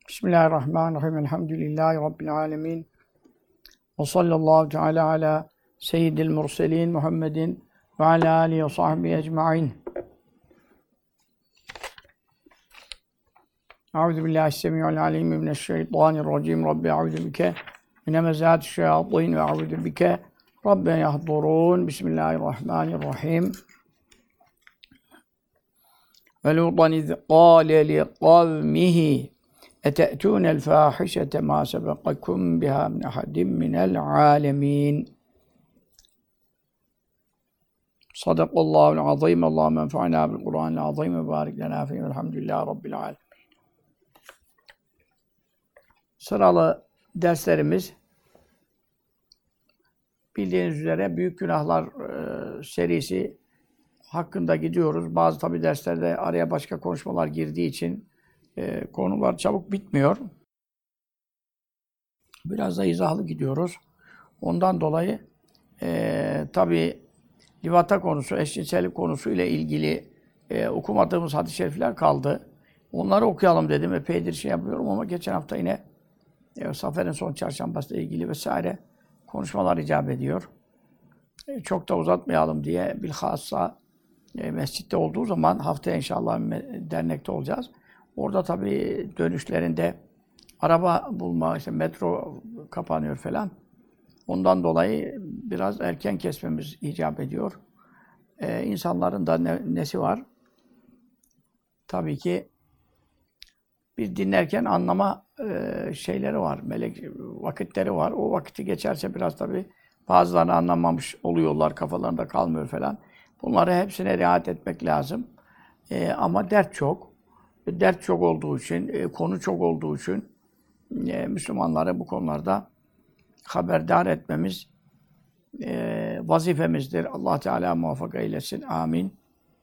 Bismillahirrahmanirrahim. Elhamdülillahi Rabbil alemin. Ve sallallahu teala ala seyyidil murselin Muhammedin ve ala alihi ve sahbihi ecma'in. Euzu billahi semi'ul alim mineşşeytanirracim. Rabbi euzu bike min hemezatiş şeyatin ve euzu bike Rabbi yahdurun. Bismillahirrahmanirrahim. Ve lutan iz qâle li kavmihi ete'tûnel fâhişete mâ sebekakum biha min ahadin minel âlemîn. Sadakallâhu'l azîm. Allâhumme enfa'nâ bil Kur'ânil azîm ve bârik lenâ fîhî. Elhamdülillâhi rabbil âlemin. Sıralı derslerimiz bildiğiniz üzere Büyük Günahlar serisi hakkında gidiyoruz. Bazı tabi derslerde araya başka konuşmalar girdiği için konular çabuk bitmiyor. Biraz da izahlı gidiyoruz. Ondan dolayı tabi livata konusu, eşcinsellik konusu ile ilgili okumadığımız hadis-i şerifler kaldı. Onları okuyalım dedim. Epeydir şey yapıyorum ama geçen hafta yine Safer'in son çarşambasıyla ilgili vesaire konuşmalar icap ediyor. Çok da uzatmayalım diye bilhassa mescitte olduğu zaman haftaya inşallah dernekte olacağız. Orada tabii dönüşlerinde araba bulma, işte metro kapanıyor falan. Ondan dolayı biraz erken kesmemiz icap ediyor. İnsanların da nesi var? Tabii ki bir dinlerken anlama şeyleri var, melek vakitleri var. O vakiti geçerse biraz tabii bazılarını anlamamış oluyorlar, kafalarında kalmıyor falan. Bunları hepsine riayet etmek lazım. Ama dert çok. Dert çok olduğu için, konu çok olduğu için Müslümanları bu konularda haberdar etmemiz vazifemizdir. Allah Teala muvaffak eylesin. Amin.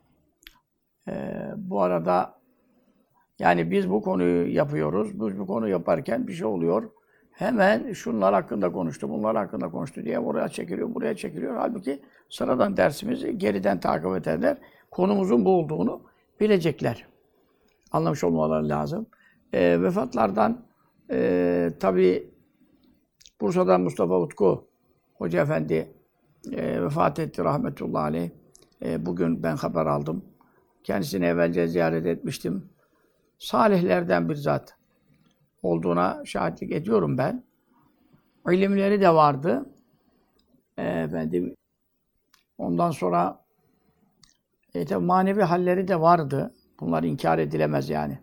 Bu arada yani biz bu konuyu yapıyoruz. Biz bu konuyu yaparken bir şey oluyor. Hemen şunlar hakkında konuştu, bunlar hakkında konuştu diye oraya çekiliyor, buraya çekiliyor. Halbuki sıradan dersimizi geriden takip ederler. Konumuzun bu olduğunu bilecekler. Anlamış olmaları lazım. Vefatlardan tabii Bursa'dan Mustafa Utku Hoca Efendi vefat etti rahmetullahi aleyh. Bugün ben haber aldım. Kendisini evvelce ziyaret etmiştim. Salihlerden bir zat olduğuna şahitlik ediyorum ben. İlimleri de vardı. Efendim, ondan sonra tabii manevi halleri de vardı. Bunlar inkar edilemez yani.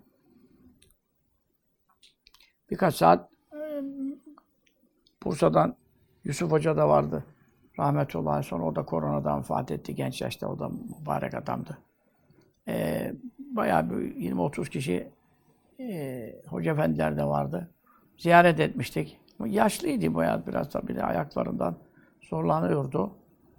Birkaç saat Bursa'dan Yusuf Hoca da vardı. Rahmetullahi sonra o da koronadan vefat etti genç yaşta. O da mübarek adamdı. Bayağı bir 20-30 kişi hoca efendiler de vardı. Ziyaret etmiştik. Yaşlıydı bayağı biraz tabii de ayaklarından zorlanıyordu.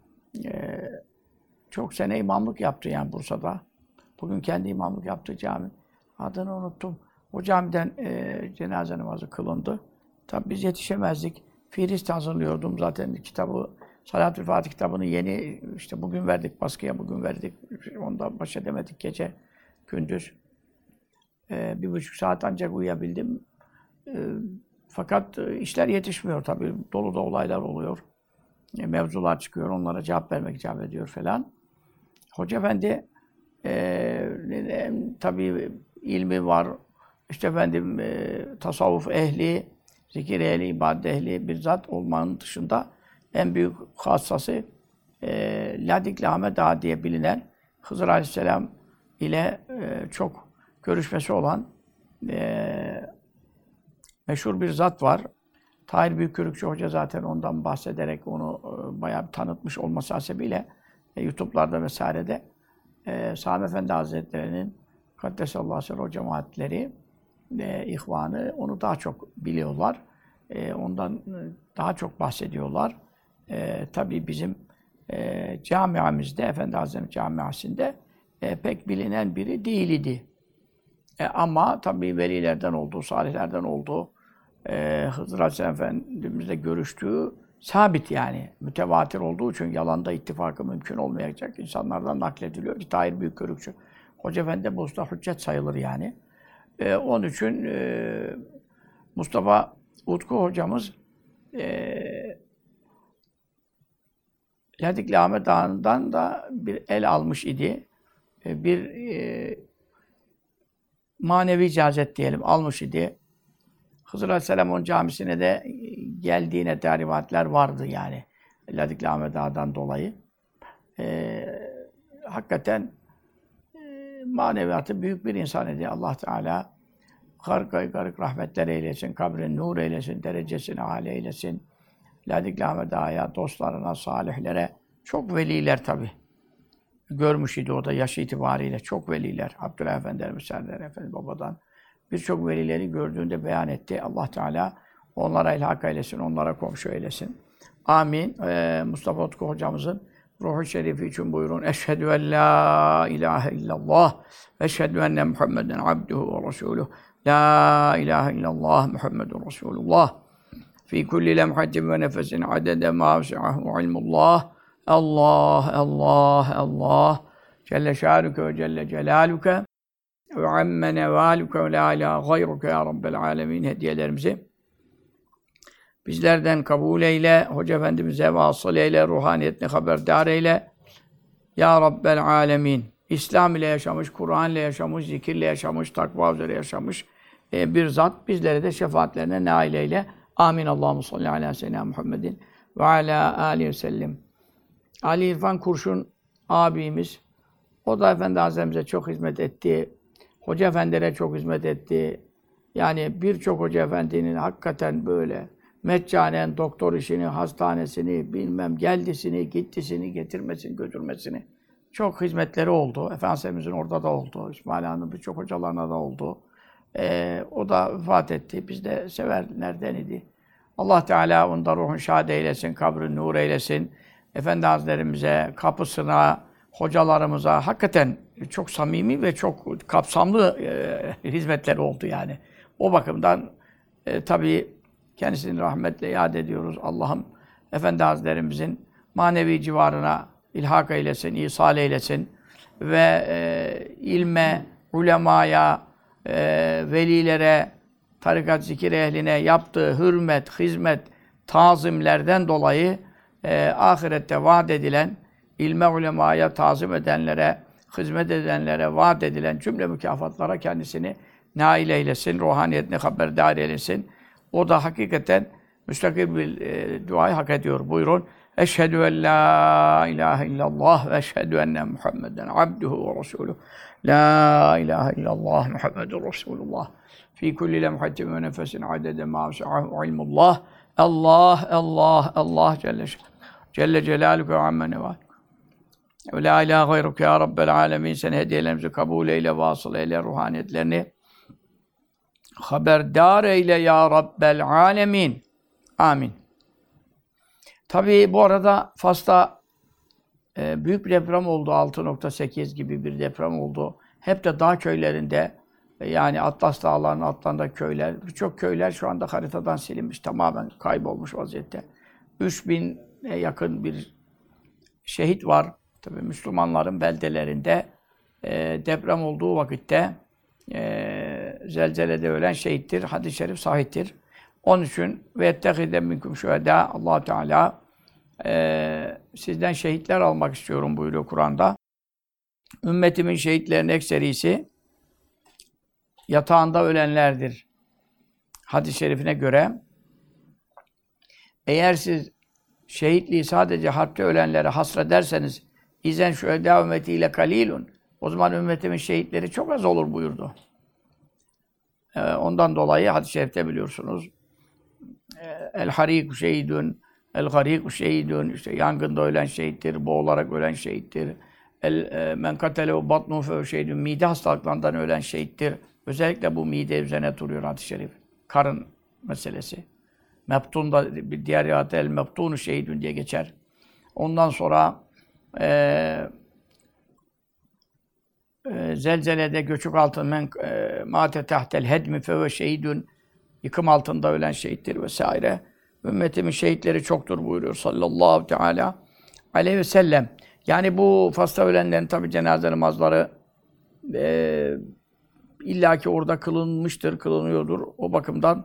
Çok sene imamlık yaptı yani Bursa'da. Bugün kendi imamlık yaptığı cami. Adını unuttum. O camiden cenaze namazı kılındı. Tabii biz yetişemezdik. Fihrist hazırlıyordum zaten kitabı. Salatül Fatih kitabını yeni işte bugün verdik baskıya, bugün verdik. Ondan baş edemedik gece, gündüz. 1,5 saat ancak uyuyabildim. Fakat işler yetişmiyor tabii. Dolu da olaylar oluyor. Mevzular çıkıyor, onlara cevap vermek icap ediyor falan. Hoca Efendi tabii ilmi var. İşte efendim tasavvuf ehli, zikir ehli, ibadet ehli bir zat olmanın dışında en büyük hassası Ladikli Ahmet Ağa diye bilinen Hızır Aleyhisselam ile çok görüşmesi olan meşhur bir zat var. Tahir Büyükkürükçü Hoca zaten ondan bahsederek onu bayağı bir tanıtmış olması hasebiyle YouTube'larda vesairede Sami Efendi Hazretleri'nin Kaddesallahu aleyhi o cemaatleri, ihvanı onu daha çok biliyorlar. Ondan daha çok bahsediyorlar. Tabii bizim camiamizde, Efendi Hazretleri camiasinde pek bilinen biri değil idi. Ama tabii velilerden olduğu, salihlerden olduğu, Hızır Aleyhisselam Efendimizle görüştüğü sabit yani. Mütevatir olduğu için yalanda ittifakı mümkün olmayacak insanlardan naklediliyor ki Tahir Büyükkürükçü Hoca Efendi bu usta hüccet sayılır yani. Onun için Mustafa Utku hocamız Ladikli Ahmet Dağı'ndan da bir el almış idi. Bir manevi icazet diyelim almış idi. Hızır Aleyhisselam'ın camisine de geldiğine de rivayetler vardı yani. Ladikli Ahmet Ağa'dan dolayı. Hakikaten maneviyatı büyük bir insan idi. Allah Teala garip rahmetler eylesin, kabrini nur eylesin, derecesini âli eylesin. Ladikli Ahmet Ağa'ya, dostlarına, salihlere, çok veliler tabi. Görmüş idi o da yaş itibariyle çok veliler. Abdülhamid Efendi, Serdar Efendi babadan birçok velileri gördüğünde beyan etti. Allah Teala onlara ilhak eylesin, onlara komşu eylesin. Amin. Mustafa Utku hocamızın ruhu şerifi için buyurun. Eşhedü en la ilahe illallah ve eşhedü enne Muhammeden abduhu ve resuluh. La ilahe illallah Muhammedun Resulullah. Fi kulli lemhatin ve nefesin adede ma vesi'ahu ilmullah. Allah, Allah, Allah. Celle şânuke ve celle celâluke. Ve amme nevâluke ve lâ ilâ gayruke ya Rabbel âlemin hediyelerimizi bizlerden kabul eyle, Hoca Efendimiz'e vasıl eyle, ruhaniyetini haberdar eyle. Ya Rabbel âlemin. İslam ile yaşamış, Kur'an ile yaşamış, zikirle yaşamış, takva üzere yaşamış bir zat bizlere de şefaatlerine nail eyle. Amin. Allahumme salli ala seyyidina Muhammedin ve ala âlihi ve sellem. Ali İrfan Kurşun abimiz, o da Efendi Hazretimize çok hizmet etti. Hoca efendilere çok hizmet etti. Yani birçok hoca efendinin hakikaten böyle meccanen doktor işini, hastanesini, bilmem geldisini, gittisini, getirmesini, götürmesini çok hizmetleri oldu. Efendimizin orada da oldu. İsmail Han'ın birçok hocalarına da oldu. O da vefat etti. Biz de severlerden idi. Allah Teala onda ruhun şad eylesin, kabrini nur eylesin. Efendi Hazretlerimize, kapısına, hocalarımıza hakikaten çok samimi ve çok kapsamlı hizmetleri oldu yani. O bakımdan tabii kendisini rahmetle yad ediyoruz. Allah'ım Efendi Hazretlerimizin manevi civarına ilhak eylesin, ihsal eylesin ve ilme, ulemaya, velilere, tarikat zikir ehline yaptığı hürmet, hizmet, tazimlerden dolayı ahirette vaat edilen, ilme ulemaya tazim edenlere, hizmet edenlere vaat edilen cümle mükafatlara kendisini nail eylesin, ruhaniyetini haberdar eylesin. O da hakikaten müstakil bir duayı hak ediyor. Buyurun. Eşhedü en la ilahe illallah ve eşhedü enne Muhammeden abduhu ve resuluh. La ilahe illallah Muhammedun Resulullah. Fi kulli lemhatin ve nefesin adede ma vesi'ahu ilmullah. Allah, Allah, Allah Celle Celaluhu ve amme nevâluhu. Ve la ilahe gayruke ya Rabbel âlemin. Sen hediyelerimizi kabul eyle, vasıl eyle, ruhaniyetlerini haberdar eyle ya Rabbel âlemin. Amin. Tabii bu arada Fas'ta büyük bir deprem oldu. 6.8 gibi bir deprem oldu. Hep de dağ köylerinde, yani Atlas Dağları'nın altlarında köyler, birçok köyler şu anda haritadan silinmiş, tamamen kaybolmuş vaziyette. 3000'e yakın bir şehit var. Tabii Müslümanların beldelerinde deprem olduğu vakitte zelzelede ölen şehittir. Hadis-i şerif sahihtir. Onun için ve ettehide minkum şühedâ, Allah Teala sizden şehitler almak istiyorum buyuruyor Kur'an'da. Ümmetimin şehitlerinin ekserisi yatağında ölenlerdir. Hadis-i şerifine göre eğer siz şehitliği sadece harpte ölenlere hasrederseniz izen şühedâ ümmetiyle kalilun, o zaman ümmetimin şehitleri çok az olur buyurdu. Ondan dolayı hadis-i şerifte biliyorsunuz el harik şehidun, el garik şehidun, işte yangında ölen şehittir, boğularak ölen şehittir. Men katelehu batnu fe şehidun, mide hastalıklarından ölen şehittir. Özellikle bu mide üzerine duruyor hadis-i şerif. Karın meselesi. Mebtun da bir diğer rivayette el mebtunu şehidun diye geçer. Ondan sonra zelzelede göçük altın men mate tahtel hedmi fe şehidun, yıkım altında ölen şehittir vesaire. Ümmetimin şehitleri çoktur buyuruyor sallallahu teala aleyhi ve sellem. Yani bu Fas'ta ölenlerin tabi cenaze namazları illaki orada kılınmıştır, kılınıyordur. O bakımdan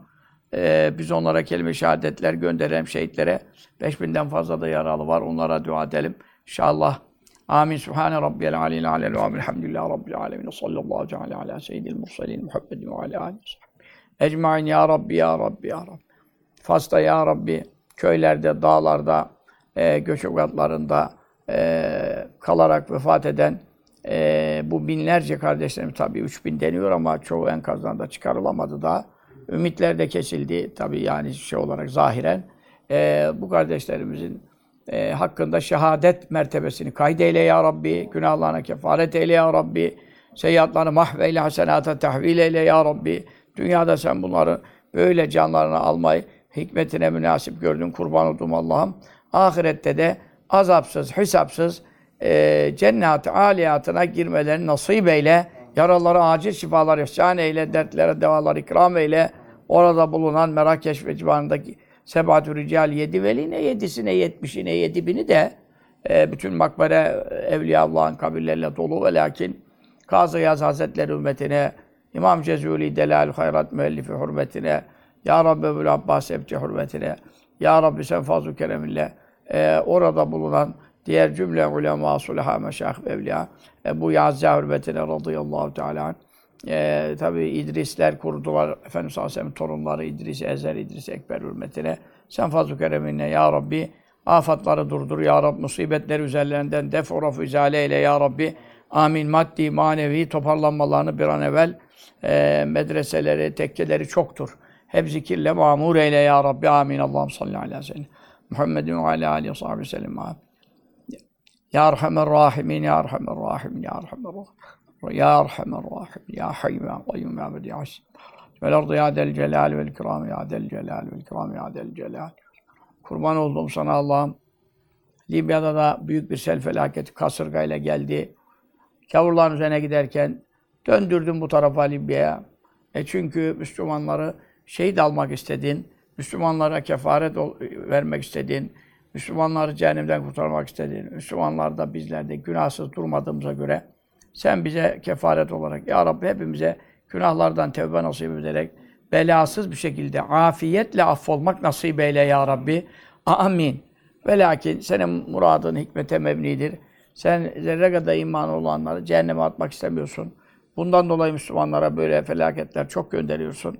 Biz onlara kelime-i şehadetler gönderelim şehitlere. 5000'den fazla da yaralı var. Onlara dua edelim. İnşallah. Amin. Sübhane Rabbiyel aleyhi aleyhi ve elhamdülillahi Rabbil alemin. Sallallahu teala ala seyyidil mursalin Muhammedin ve ala alihi ecmaîn ya Rabbi ya Rabbi ya Rabbi. Fas'ta ya Rabbi, köylerde, dağlarda, göçebeyatlarında kalarak vefat eden bu binlerce kardeşlerim, tabii 3000 deniyor ama çoğu enkazdan da çıkarılamadı daha. Ümitler de kesildi tabii, yani şey olarak zahiren. Bu kardeşlerimizin hakkında şehadet mertebesini kaydeyle ya Rabbi, günahlarına kefaret eyle ya Rabbi, seyyiatlarını mahveyle, hasenata tahvil eyle ya Rabbi. Dünyada sen bunları böyle canlarını almayı hikmetine münasip gördün, kurban olduğum Allah'ım. Ahirette de azapsız, hesapsız cennet-i âliyatına girmelerini nasip eyle. Yaralara acil şifalar ihsan eyle, dertlere devalar ikram eyle. Orada bulunan Merakeş ve civarındaki Sebat-ı Rical 7 veli, ne 7'si ne 70'i ne 7000'i de bütün makbere Evliyaullah'ın kabirleriyle dolu. Ve lakin Kazı Yaz Hazretleri hürmetine, İmam Cezuli Delal-i Hayrat müellifi hürmetine, Ya Rabbi Ebu'l Abbas Ebci hürmetine, Ya Rabbi sen fazl-ı kereminle orada bulunan diğer cümle ulema, sulha, meşâih ve evliya, bu Yazca hürmetine radıyallahu teâlâ anh. Tabii İdrisler kurdular. Efendimiz Aleyhisselam'ın torunları İdris, Ezer, İdris Ekber hürmetine. Sen fazl-ı kereminle Ya Rabbi afatları durdur. Ya Rabbi musibetleri üzerlerinden def-u izale eyle Ya Rabbi. Amin. Maddi, manevi toparlanmalarını bir an evvel medreseleri, tekkeleri çoktur. Hep zikirle mamur eyle Ya Rabbi. Amin. Allah'ım salli aleyhi ve sellem. Muhammedin ve alâ âlihi ve sahbihi sellem. Ya Erhamer Rahimin, Ya Erhamer Rahimin, Ya Erhamer Rahimin. Ya Erhamer Rahim, Ya Hayy Ya Kayyum Ya Bedi'as. Vel ardı ya del celal vel ikram ya del celal vel ikram ya del celal. Kurban oldum sana Allah'ım. Libya'da da büyük bir sel felaketi kasırgayla geldi. Kavurların üzerine giderken döndürdüm bu tarafa Libya'ya. Çünkü Müslümanları şehit almak istedin. Müslümanlara kefaret vermek istedin. Müslümanları cehennemden kurtarmak istedin. Müslümanlar da bizler de günahsız durmadığımıza göre sen bize kefaret olarak Ya Rabbi hepimize günahlardan tevbe nasip ederek belasız bir şekilde afiyetle affolmak nasip eyle Ya Rabbi. Amin. Ve lakin senin muradın hikmete mebnidir. Sen zerre kadar imanı olanları cehenneme atmak istemiyorsun. Bundan dolayı Müslümanlara böyle felaketler çok gönderiyorsun.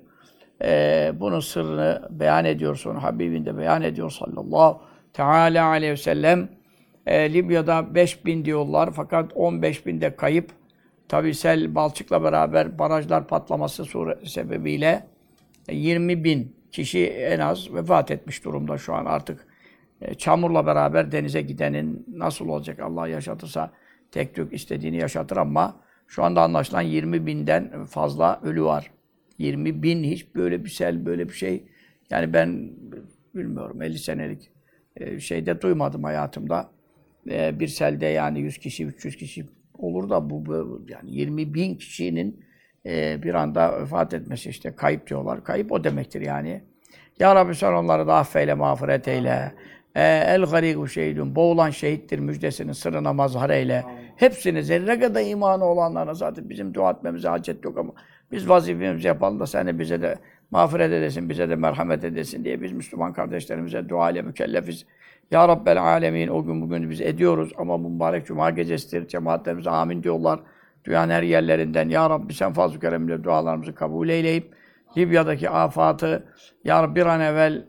Bunun sırrını beyan ediyorsun. Habibin de beyan ediyor sallallahu teala aleyhi ve sellem. Libya'da 5000 diyorlar fakat 15.000 de kayıp. Tabi sel balçıkla beraber barajlar patlaması sebebiyle 20.000 kişi en az vefat etmiş durumda şu an artık. Çamurla beraber denize gidenin nasıl olacak Allah yaşatırsa tek tük istediğini yaşatır ama şu anda anlaşılan 20.000'den fazla ölü var. 20.000 hiç böyle bir sel, böyle bir şey. Yani ben bilmiyorum 50 senelik şeyde duymadım hayatımda. Bir selde yani 100 kişi, 300 kişi olur da bu yani 20.000 kişinin bir anda vefat etmesi işte kayıp diyorlar. Kayıp o demektir yani. Ya Rabbi sen onları da affeyle, mağfiret eyle. El-garigu şehidun, boğulan şehittir müjdesinin sırrına mazhar eyle. Hepsini zerre kadar imanı olanlara zaten bizim dua etmemize hacet yok ama biz vazifemizi yapalım da sen de bize de mağfiret edesin, bize de merhamet edesin diye biz Müslüman kardeşlerimize dua ile mükellefiz. Ya Rabbel Alemin o gün bugün biz ediyoruz ama bu mübarek Cuma gecesidir. Cemaatlerimiz amin diyorlar. Dünyanın her yerlerinden Ya Rabbi sen fazl-ı keremle dualarımızı kabul eyleyip Libya'daki afatı Ya Rabbi bir an evvel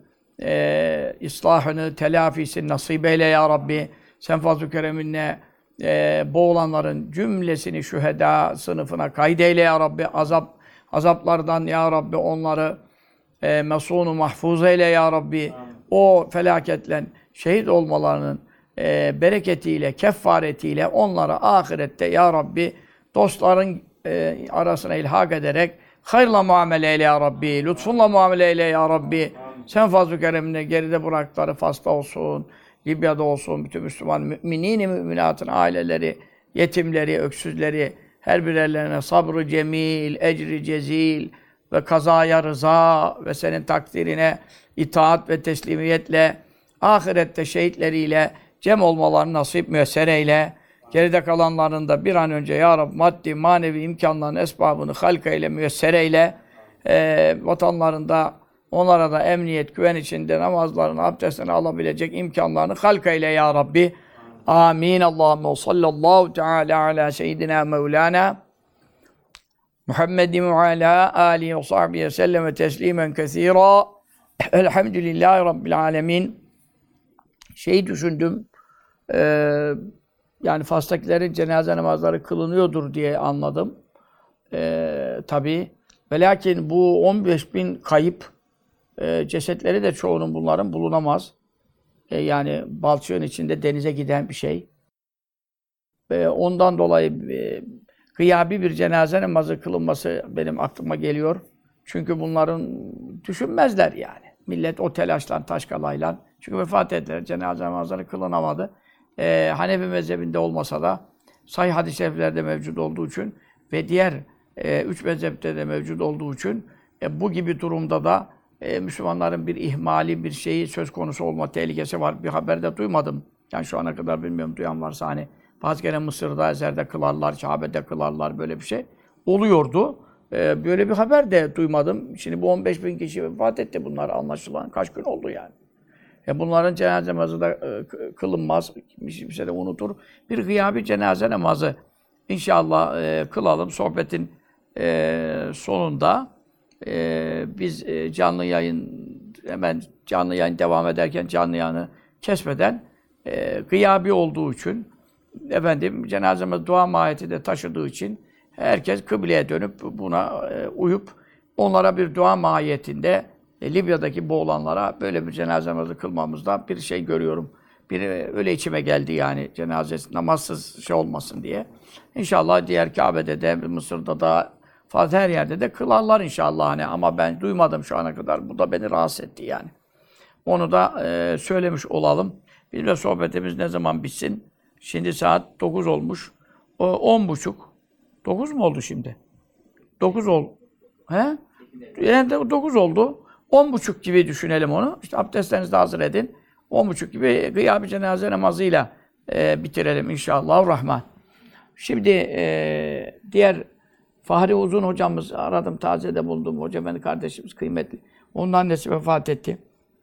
islahını, telafisini nasip eyle Ya Rabbi. Sen fazl-ı kereminle boğulanların cümlesini şüheda sınıfına kaydeyle Ya Rabbi. Azaplardan Ya Rabbi onları mesûn-u mahfuz eyle Ya Rabbi. Amin. O felaketle şehit olmalarının bereketiyle, kefaretiyle onlara ahirette Ya Rabbi dostların arasına ilhak ederek hayırla muamele eyle Ya Rabbi. Lütfunla muamele eyle Ya Rabbi. Amin. Sen fazl-ı keremine geride bıraktıkları Fas'ta olsun, Libya'da olsun, bütün Müslüman müminin müminatın aileleri, yetimleri, öksüzleri, her birerlerine sabrı cemil, ecri cezil ve kazaya rıza ve senin takdirine itaat ve teslimiyetle ahirette şehitleriyle cem olmalarını nasip müyesser eyle. Geride kalanların da bir an önce Ya Rabbi maddi, manevi imkanların esbabını halka ile müyesser eyle. Vatanlarında Onlara da emniyet, güven içinde namazlarını, abdestlerini alabilecek imkanlarını halk eyle ya Rabbi. Amin. Allahümme sallallahu teala ala seyyidina Mevlana Muhammedin ve ala alihi ve sahbihi ve selleme teslimen kesira. Elhamdülillahi Rabbil alemin. Şeyi düşündüm. Yani Fas'takilerin cenaze namazları kılınıyordur diye anladım. Tabii. Ve lakin bu 15.000 kayıp cesetleri de çoğunun bunların bulunamaz. Yani balçığın içinde denize giden bir şey. Ondan dolayı gıyabi bir cenaze namazı kılınması benim aklıma geliyor. Çünkü bunların düşünmezler yani. Millet o telaşla, taşkalayla. Çünkü vefat ettiler. Cenaze namazları kılınamadı. Hanefi mezhebinde olmasa da sahih hadis-i şeriflerde mevcut olduğu için ve diğer 3 mezhepte de mevcut olduğu için bu gibi durumda da Müslümanların bir ihmali, bir şeyi söz konusu olma tehlikesi var. Bir haberde duymadım. Yani şu ana kadar bilmiyorum duyan varsa hani bazı kere Mısır'da, Ezer'de kılarlar, Kabe'de kılarlar böyle bir şey oluyordu. Böyle bir haber de duymadım. Şimdi bu 15.000 kişi vefat etti bunlar anlaşılan. Kaç gün oldu yani. Bunların cenaze namazı da kılınmaz. Kimse de unutur. Bir gıyabi cenaze namazı inşallah kılalım. Sohbetin sonunda biz canlı yayın hemen canlı yayın devam ederken canlı yayını kesmeden gıyabi olduğu için efendim cenazemiz dua mahiyeti de taşıdığı için herkes kıbleye dönüp buna uyup onlara bir dua mahiyetinde Libya'daki boğulanlara böyle bir cenaze namazı kılmamızda bir şey görüyorum. Bir öyle içime geldi yani cenazesi namazsız şey olmasın diye. İnşallah diğer Kabe'de de Mısır'da da fazla her yerde de kılarlar inşallah hani ama ben duymadım şu ana kadar. Bu da beni rahatsız etti yani. Onu da söylemiş olalım. Bizim de sohbetimiz ne zaman bitsin? Şimdi saat 9 olmuş. 10.30. 9 mu oldu şimdi? 9 oldu. He? Yani 9 oldu. 10.30 gibi düşünelim onu. İşte abdestlerinizi de hazır edin. 10.30 gibi gıyabi cenaze namazıyla bitirelim inşallahurrahman. Şimdi diğer Fahri Uzun hocamız aradım, taziyede bulundum. Hoca Efendi kardeşimiz kıymetli. Onun annesi vefat etti.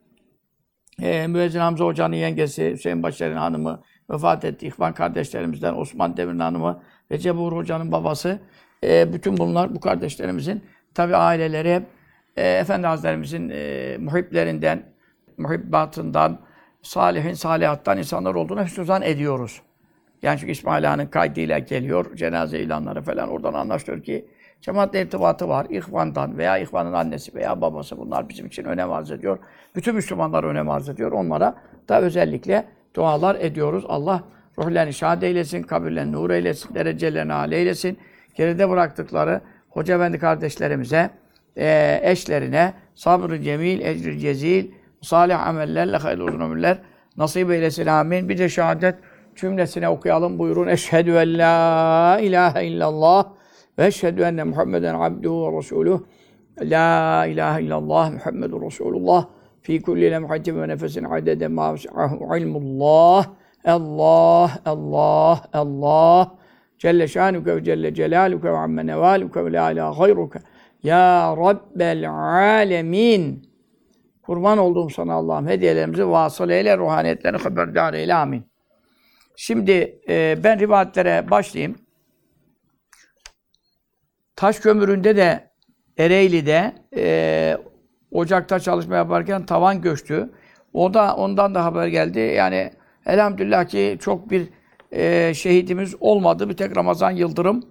Müezzin Hamza Hoca'nın yengesi Hüseyin Başar'ın hanımı vefat etti. İhvan kardeşlerimizden Osman Demir'in hanımı, Recep Uğur Hoca'nın babası. Bütün bunlar bu kardeşlerimizin tabi aileleri hep Efendi Hazretlerimizin muhiplerinden, muhibbatından, salihin, salihattan insanlar olduğunu hüsnü ediyoruz. Yani çünkü İsmail Ağa'nın kaydıyla geliyor, cenaze ilanları falan. Oradan anlaşılıyor ki cemaatle irtibatı var. İhvan'dan veya İhvan'ın annesi veya babası bunlar bizim için önem arz ediyor. Bütün Müslümanlar önem arz ediyor. Onlara da özellikle dualar ediyoruz. Allah ruhlerini şad eylesin, kabirlerini nur eylesin, derecelerini âli eylesin. Geride bıraktıkları Hoca Efendi kardeşlerimize, eşlerine sabrı cemil, ecri cezil, salih amellerle hayırlı uzun ömürler nasip eylesin. Amin. Bir de şehadet cümlesine okuyalım. Buyurun. Eşhedü en la ilahe illallah ve eşhedü enne Muhammeden abduhu ve resuluh. La ilahe illallah Muhammedun Resulullah fi kulli lemhatin ve nefesin adede ma vesi'ahu ilmullah. Allah, Allah, Allah. Celle şanuke ve celle celaluke ve amme nevaluke ve la ilahe gayruke. Ya Rabbel alemin. Kurban olduğum sana Allah'ım hediyelerimizi vasıl eyle, ruhaniyetlerini haberdar eyle. Amin. Şimdi ben rivayetlere başlayayım. Taş kömüründe de Ereğli'de ocakta çalışma yaparken tavan göçtü. Ondan da haber geldi. Yani elhamdülillah ki çok bir şehidimiz olmadı. Bir tek Ramazan Yıldırım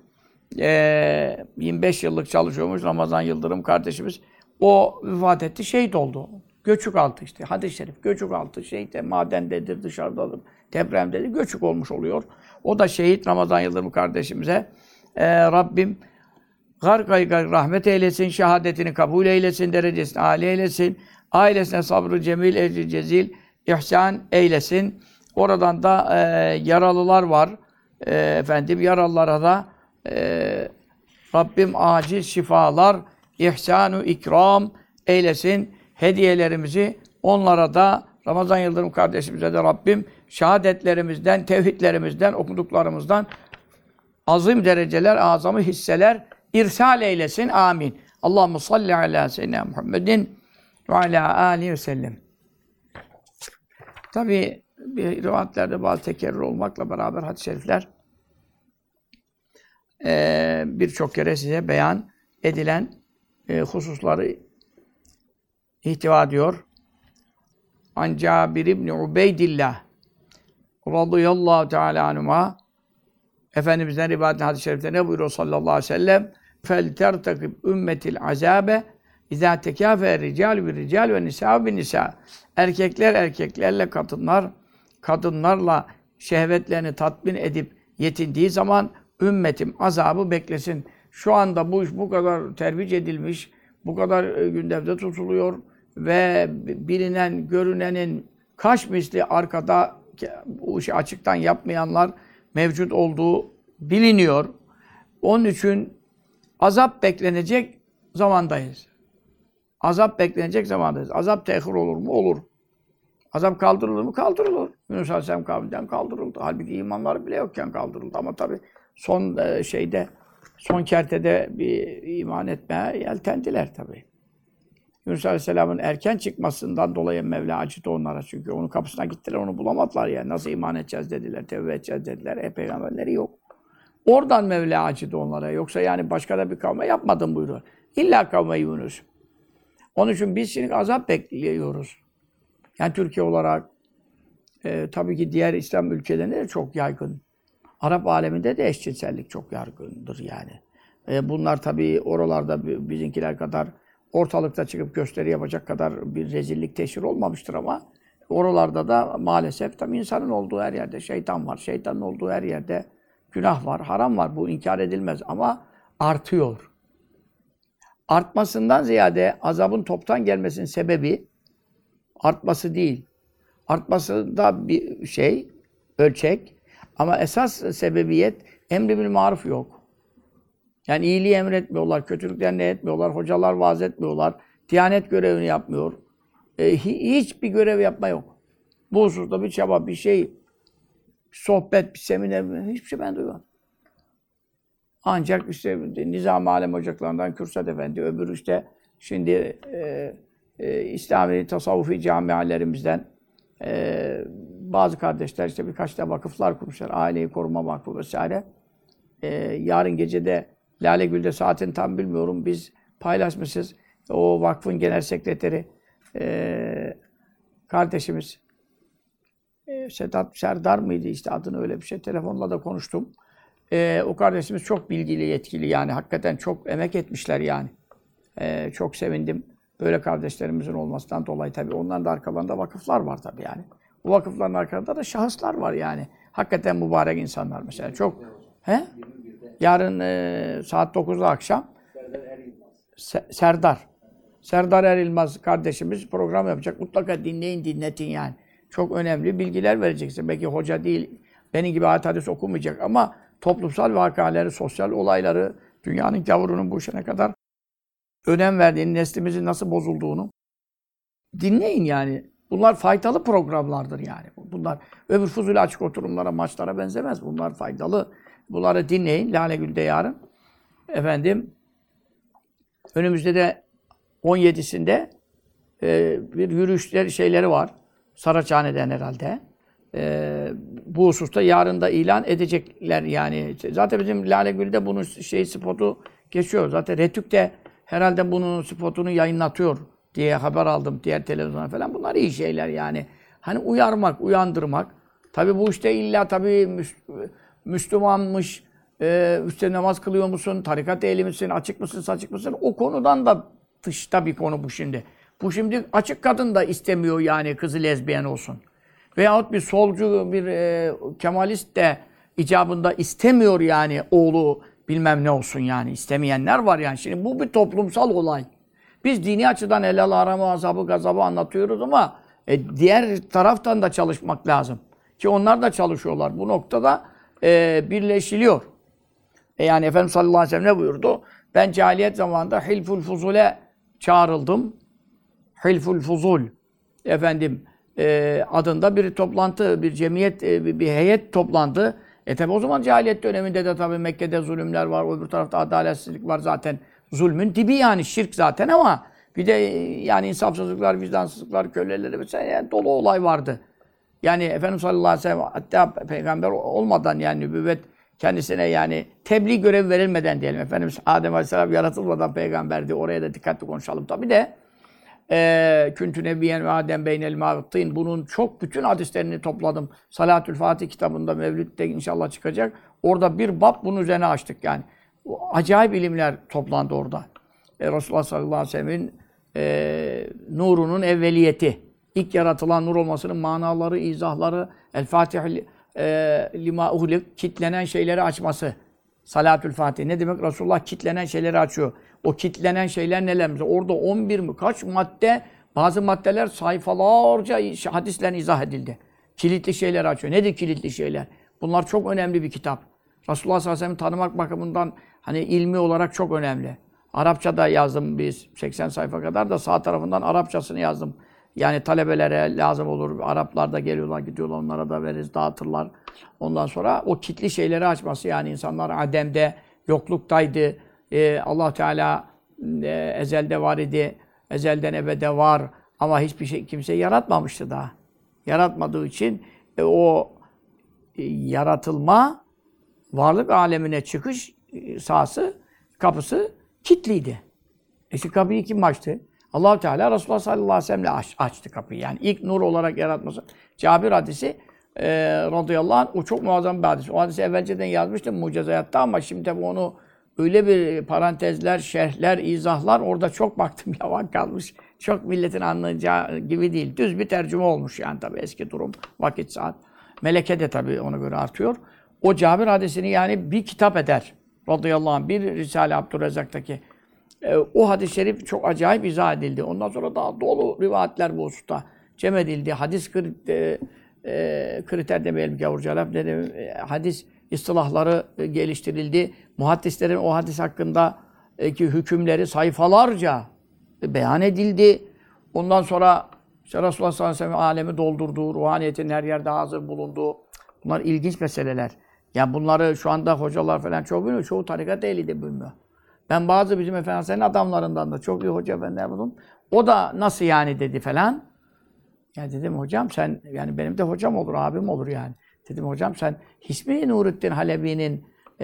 25 yıllık çalışıyormuş Ramazan Yıldırım kardeşimiz. O vefat etti, şehit oldu. Göçük altı işte, hadis-i şerif. Göçük altı, şehit madendedir, dışarıdadır, depremdedir, göçük olmuş oluyor. O da şehit Ramazan Yıldırım kardeşimize. Rabbim gargay rahmet eylesin, şehadetini kabul eylesin, derecesini âli eylesin. Ailesine sabrı cemil, ecri cezil, ihsan eylesin. Oradan da yaralılar var. Efendim yaralılara da Rabbim acil şifalar, ihsanu ikram eylesin. Hediyelerimizi onlara da Ramazan Yıldırım kardeşimize de Rabbim şehadetlerimizden, tevhidlerimizden, okuduklarımızdan azim dereceler, azamı hisseler irsal eylesin. Amin. Allahumme salli ala seyyidina Muhammedin ve alâ âlihi ve sellem. Tabii rivayetlerde bazı tekerrür olmakla beraber hadis-i şerifler birçok kere size beyan edilen hususları ihtiva ediyor. An Cabir ibn Ubeydillah radıyallahu teâlâ anhuma Efendimiz'den rivayet hadis-i şerifte ne buyuruyor sallallahu aleyhi ve sellem? Fel tertakib ümmetil azabe izâ tekâfe rical bir rical ve nisâ bir nisâ. Erkekler erkeklerle kadınlarla şehvetlerini tatmin edip yetindiği zaman ümmetim azabı beklesin. Şu anda bu iş bu kadar tervic edilmiş, bu kadar gündemde tutuluyor ve bilinen, görünenin kaç misli arkada bu işi açıktan yapmayanlar mevcut olduğu biliniyor. Onun için azap beklenecek zamandayız. Azap beklenecek zamandayız. Azap tehir olur mu? Olur. Azap kaldırılır mı? Kaldırılır. Yunus Aleyhisselam kavminden kaldırıldı. Halbuki imanları bile yokken kaldırıldı. Ama tabii son kertede bir iman etmeye yeltendiler tabii. Yunus Aleyhisselam'ın erken çıkmasından dolayı Mevla acıdı onlara çünkü. Onun kapısına gittiler, onu bulamadılar yani. Nasıl iman edeceğiz dediler, tevbe edeceğiz dediler. Peygamberleri yok. Oradan Mevla acıdı onlara. Yoksa yani başka da bir kavme yapmadım buyuruyor. İlla kavme Yunus. Onun için biz şimdi azap bekliyoruz. Yani Türkiye olarak tabii ki diğer İslam ülkelerinde de çok yaygın. Arap aleminde de eşcinsellik çok yaygındır yani. Bunlar tabii oralarda bizimkiler kadar ortalıkta çıkıp gösteri yapacak kadar bir rezillik teşhir olmamıştır ama oralarda da maalesef tabii insanın olduğu her yerde şeytan var. Şeytanın olduğu her yerde günah var, haram var. Bu inkar edilmez ama artıyor. Artmasından ziyade azabın toptan gelmesinin sebebi artması değil. Artması da bir ölçek. Ama esas sebebiyet emri bil maruf yok. Yani iyiliği emretmiyorlar, kötülüklerini etmiyorlar, hocalar vaaz etmiyorlar, diyanet görevini yapmıyor. Hiçbir görev yapma yok. Bu hususta bir çaba, bir sohbet, bir seminer, hiçbir şey ben duymadım. Ancak işte Nizam-ı Alem Ocaklarından Kürsat Efendi, öbürü işte şimdi İslami tasavvufi camialerimizden bazı kardeşler işte birkaç da vakıflar kurmuşlar. Aileyi Koruma Vakfı vesaire. Yarın gece de Lale Gül'de saatini tam bilmiyorum. Biz paylaşmışız. O vakfın genel sekreteri kardeşimiz Sedat Serdar mıydı işte adını öyle bir şey. Telefonla da konuştum. O kardeşimiz çok bilgili, yetkili yani. Hakikaten çok emek etmişler yani. Çok sevindim. Böyle kardeşlerimizin olmasından dolayı tabii. Onların da arkalarında vakıflar var tabii yani. Bu vakıfların arkalarında da şahıslar var yani. Hakikaten mübarek insanlar mesela. Çok. He? Yarın saat 9'da akşam Serdar Erilmaz kardeşimiz program yapacak. Mutlaka dinletin yani. Çok önemli bilgiler vereceksin. Belki hoca değil, benim gibi ayet hadis okumayacak ama toplumsal vakaları, sosyal olayları, dünyanın gavurunun bu işe ne kadar önem verdiğini, neslimizin nasıl bozulduğunu dinleyin yani. Bunlar faydalı programlardır yani. Bunlar öbür fuzuli açık oturumlara, maçlara benzemez. Bunlar faydalı. Bunları dinleyin. Lale Gül'de yarın. Efendim, önümüzde de 17'sinde bir yürüyüşler şeyleri var. Saraçhane'den herhalde. Bu hususta yarın da ilan edecekler yani. Zaten bizim Lale Gül'de bunun spotu geçiyor. Zaten Retük de herhalde bunun spotunu yayınlatıyor diye haber aldım diğer televizyona falan. Bunlar iyi şeyler yani. Hani uyarmak, uyandırmak. Tabii bu işte illa tabii Müslümanmış, üstte namaz kılıyor musun, tarikat ehli misin, açık mısın, saçık mısın? O konudan da dışta bir konu bu şimdi. Bu şimdi açık kadın da istemiyor yani kızı lezbiyen olsun. Veyahut bir solcu, bir kemalist de icabında istemiyor yani oğlu bilmem ne olsun yani. İstemeyenler var yani. Şimdi bu bir toplumsal olay. Biz dini açıdan helal haramı, azabı, gazabı anlatıyoruz ama diğer taraftan da çalışmak lazım. Ki onlar da çalışıyorlar. Bu noktada birleşiliyor. Yani Efendimiz sallallahu aleyhi ve sellem ne buyurdu? Ben cahiliyet zamanında Hilful Fuzul'e çağrıldım. Hilful Fuzul adında bir toplantı, bir cemiyet, bir heyet toplandı. Tabi o zaman cahiliyet döneminde de tabi Mekke'de zulümler var, öbür tarafta adaletsizlik var zaten. Zulmün dibi yani şirk zaten ama Bir de yani insafsızlıklar, vicdansızlıklar, köleleri mesela yani dolu olay vardı. Yani Efendimiz sallallahu aleyhi ve sellem hatta peygamber olmadan yani nübüvvet kendisine yani tebliğ görevi verilmeden diyelim. Efendimiz Adem aleyhisselam yaratılmadan peygamberdi. Oraya da dikkatli konuşalım tabi de. Küntü nebiyen ve Adem beynel mâvittin. Bunun çok bütün hadislerini topladım. Salatül Fatih kitabında Mevlüt'te inşallah çıkacak. Orada bir bab bunun üzerine açtık yani. O acayip ilimler toplandı orada. Resulullah sallallahu aleyhi ve sellem'in nurunun evveliyeti. İlk yaratılan nur olmasının manaları, izahları, El-Fatih lima uhlik, kitlenen şeyleri açması. Salatül Fatih. Ne demek? Resulullah kitlenen şeyleri açıyor. O kitlenen şeyler neler? Orada 11 mi? Kaç madde? Bazı maddeler sayfalarca hadisle izah edildi. Kilitli şeyler açıyor. Nedir kilitli şeyler? Bunlar çok önemli bir kitap. Resulullah sallallahu aleyhi ve sellem'i tanımak bakımından hani ilmi olarak çok önemli. Arapçada yazdım biz. 80 sayfa kadar da sağ tarafından Arapçasını yazdım. Yani talebelere lazım olur. Araplar da geliyorlar, gidiyorlar. Onlara da veririz, dağıtırlar. Ondan sonra o kitli şeyleri açması. Yani insanlar ademde, yokluktaydı. Allah Teala ezelde var idi. Ezelden ebede var. Ama hiçbir şey kimse yaratmamıştı daha. Yaratmadığı için o yaratılma, varlık alemine çıkış sahası, kapısı kilitliydi. İşte kapıyı kim açtı? Allah Teala Resulullah sallallahu aleyhi ve sellem'le açtı kapıyı. Yani ilk nur olarak yaratması. Cabir hadisi radıyallahu anh o çok muazzam bir hadis. O hadisi evvelceden yazmıştım Mucizeyatta ama şimdi tabii onu öyle bir parantezler, şerhler, izahlar orada çok baktım yavan kalmış. Çok milletin anlayacağı gibi değil. Düz bir tercüme olmuş yani tabii eski durum, vakit, saat. Meleke de tabii ona göre artıyor. O Cabir hadisini yani bir kitap eder. Radıyallahu anh. Bir Risale-i Abdurrezzak'taki o hadis-i şerif çok acayip izah edildi. Ondan sonra daha dolu rivayetler bu hususta cem edildi. Hadis kriter demeyelim gavurca laf dedim. Hadis istilahları geliştirildi. Muhaddislerin o hadis hakkında ki hükümleri sayfalarca beyan edildi. Ondan sonra işte Resulullah sallallahu aleyhi ve sellem alemi doldurduğu, ruhaniyetin her yerde hazır bulunduğu. Bunlar ilginç meseleler. Yani bunları şu anda hocalar falan çok bilmiyor. Çoğu tarikat ehli de bilmiyor. Ben bazı bizim Efendimiz'in adamlarından da çok iyi hoca efendiler buldum. O da nasıl yani dedi falan. Ya dedim hocam sen yani benim de hocam olur, abim olur yani. Dedim hocam sen Hismi Nurettin Halebi'nin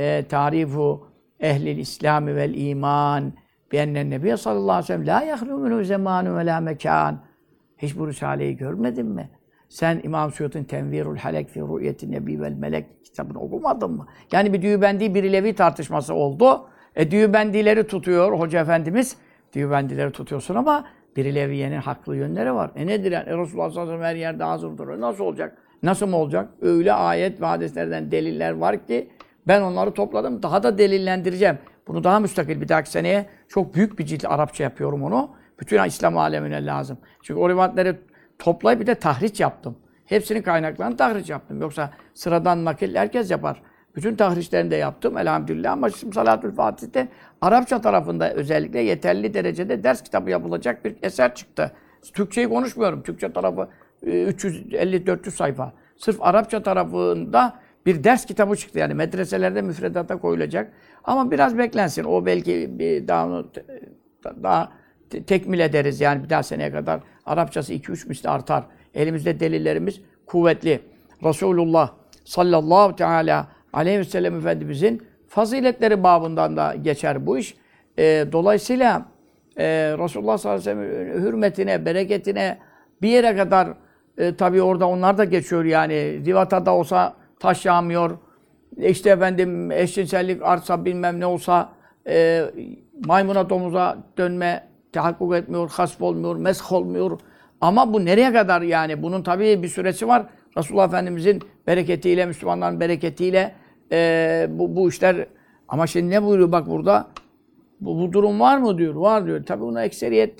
tarifu ehlil İslami vel iman bi ennen nebiye sallallahu aleyhi ve sellem la yahlu minhu zamanu ve la mekan. Hiç bu risaleyi görmedin mi? Sen İmam Suyut'un Tenvirul Halek fi Ru'yetin Nebi vel Melek kitabını okumadın mı? Yani bir Düyübendi bir Levi tartışması oldu. Düyübendileri tutuyor Hoca Efendimiz. Düyübendileri tutuyorsun ama bir Leviye'nin haklı yönleri var. Nedir yani? Resulullah sallallahu aleyhi ve sellem her yerde hazır duruyor. Nasıl olacak? Nasıl mı olacak? Öyle ayet ve hadislerden deliller var ki ben onları topladım. Daha da delillendireceğim. Bunu daha müstakil bir dahaki seneye çok büyük bir cilt Arapça yapıyorum onu. Bütün İslam alemine lazım. Çünkü o rivayetleri toplayıp bir de tahriş yaptım. Hepsinin kaynaklarını tahriş yaptım. Yoksa sıradan nakil herkes yapar. Bütün tahrişlerini de yaptım elhamdülillah ama şimdi Salatül Fatih'te Arapça tarafında özellikle yeterli derecede ders kitabı yapılacak bir eser çıktı. Türkçeyi konuşmuyorum. Türkçe tarafı 350-400 sayfa. Sırf Arapça tarafında bir ders kitabı çıktı. Yani medreselerde müfredata koyulacak. Ama biraz beklensin. O belki bir daha tekmil ederiz. Yani bir daha seneye kadar Arapçası 2-3 misli artar. Elimizde delillerimiz kuvvetli. Resulullah sallallahu teala aleyhi ve sellem Efendimizin faziletleri babından da geçer bu iş. Dolayısıyla Resulullah sallallahu aleyhi ve sellem hürmetine, bereketine bir yere kadar tabii orada onlar da geçiyor yani. Rivata da olsa taş yağmıyor. İşte efendim eşcinsellik artsa bilmem ne olsa maymuna domuza dönme tahakkuk etmiyor, hasp olmuyor, mesh olmuyor. Ama bu nereye kadar yani? Bunun tabii bir süresi var. Resulullah Efendimizin bereketiyle, Müslümanların bereketiyle bu işler... Ama şimdi ne buyuruyor bak burada? Bu durum var mı diyor. Var diyor. Tabii buna ekseriyet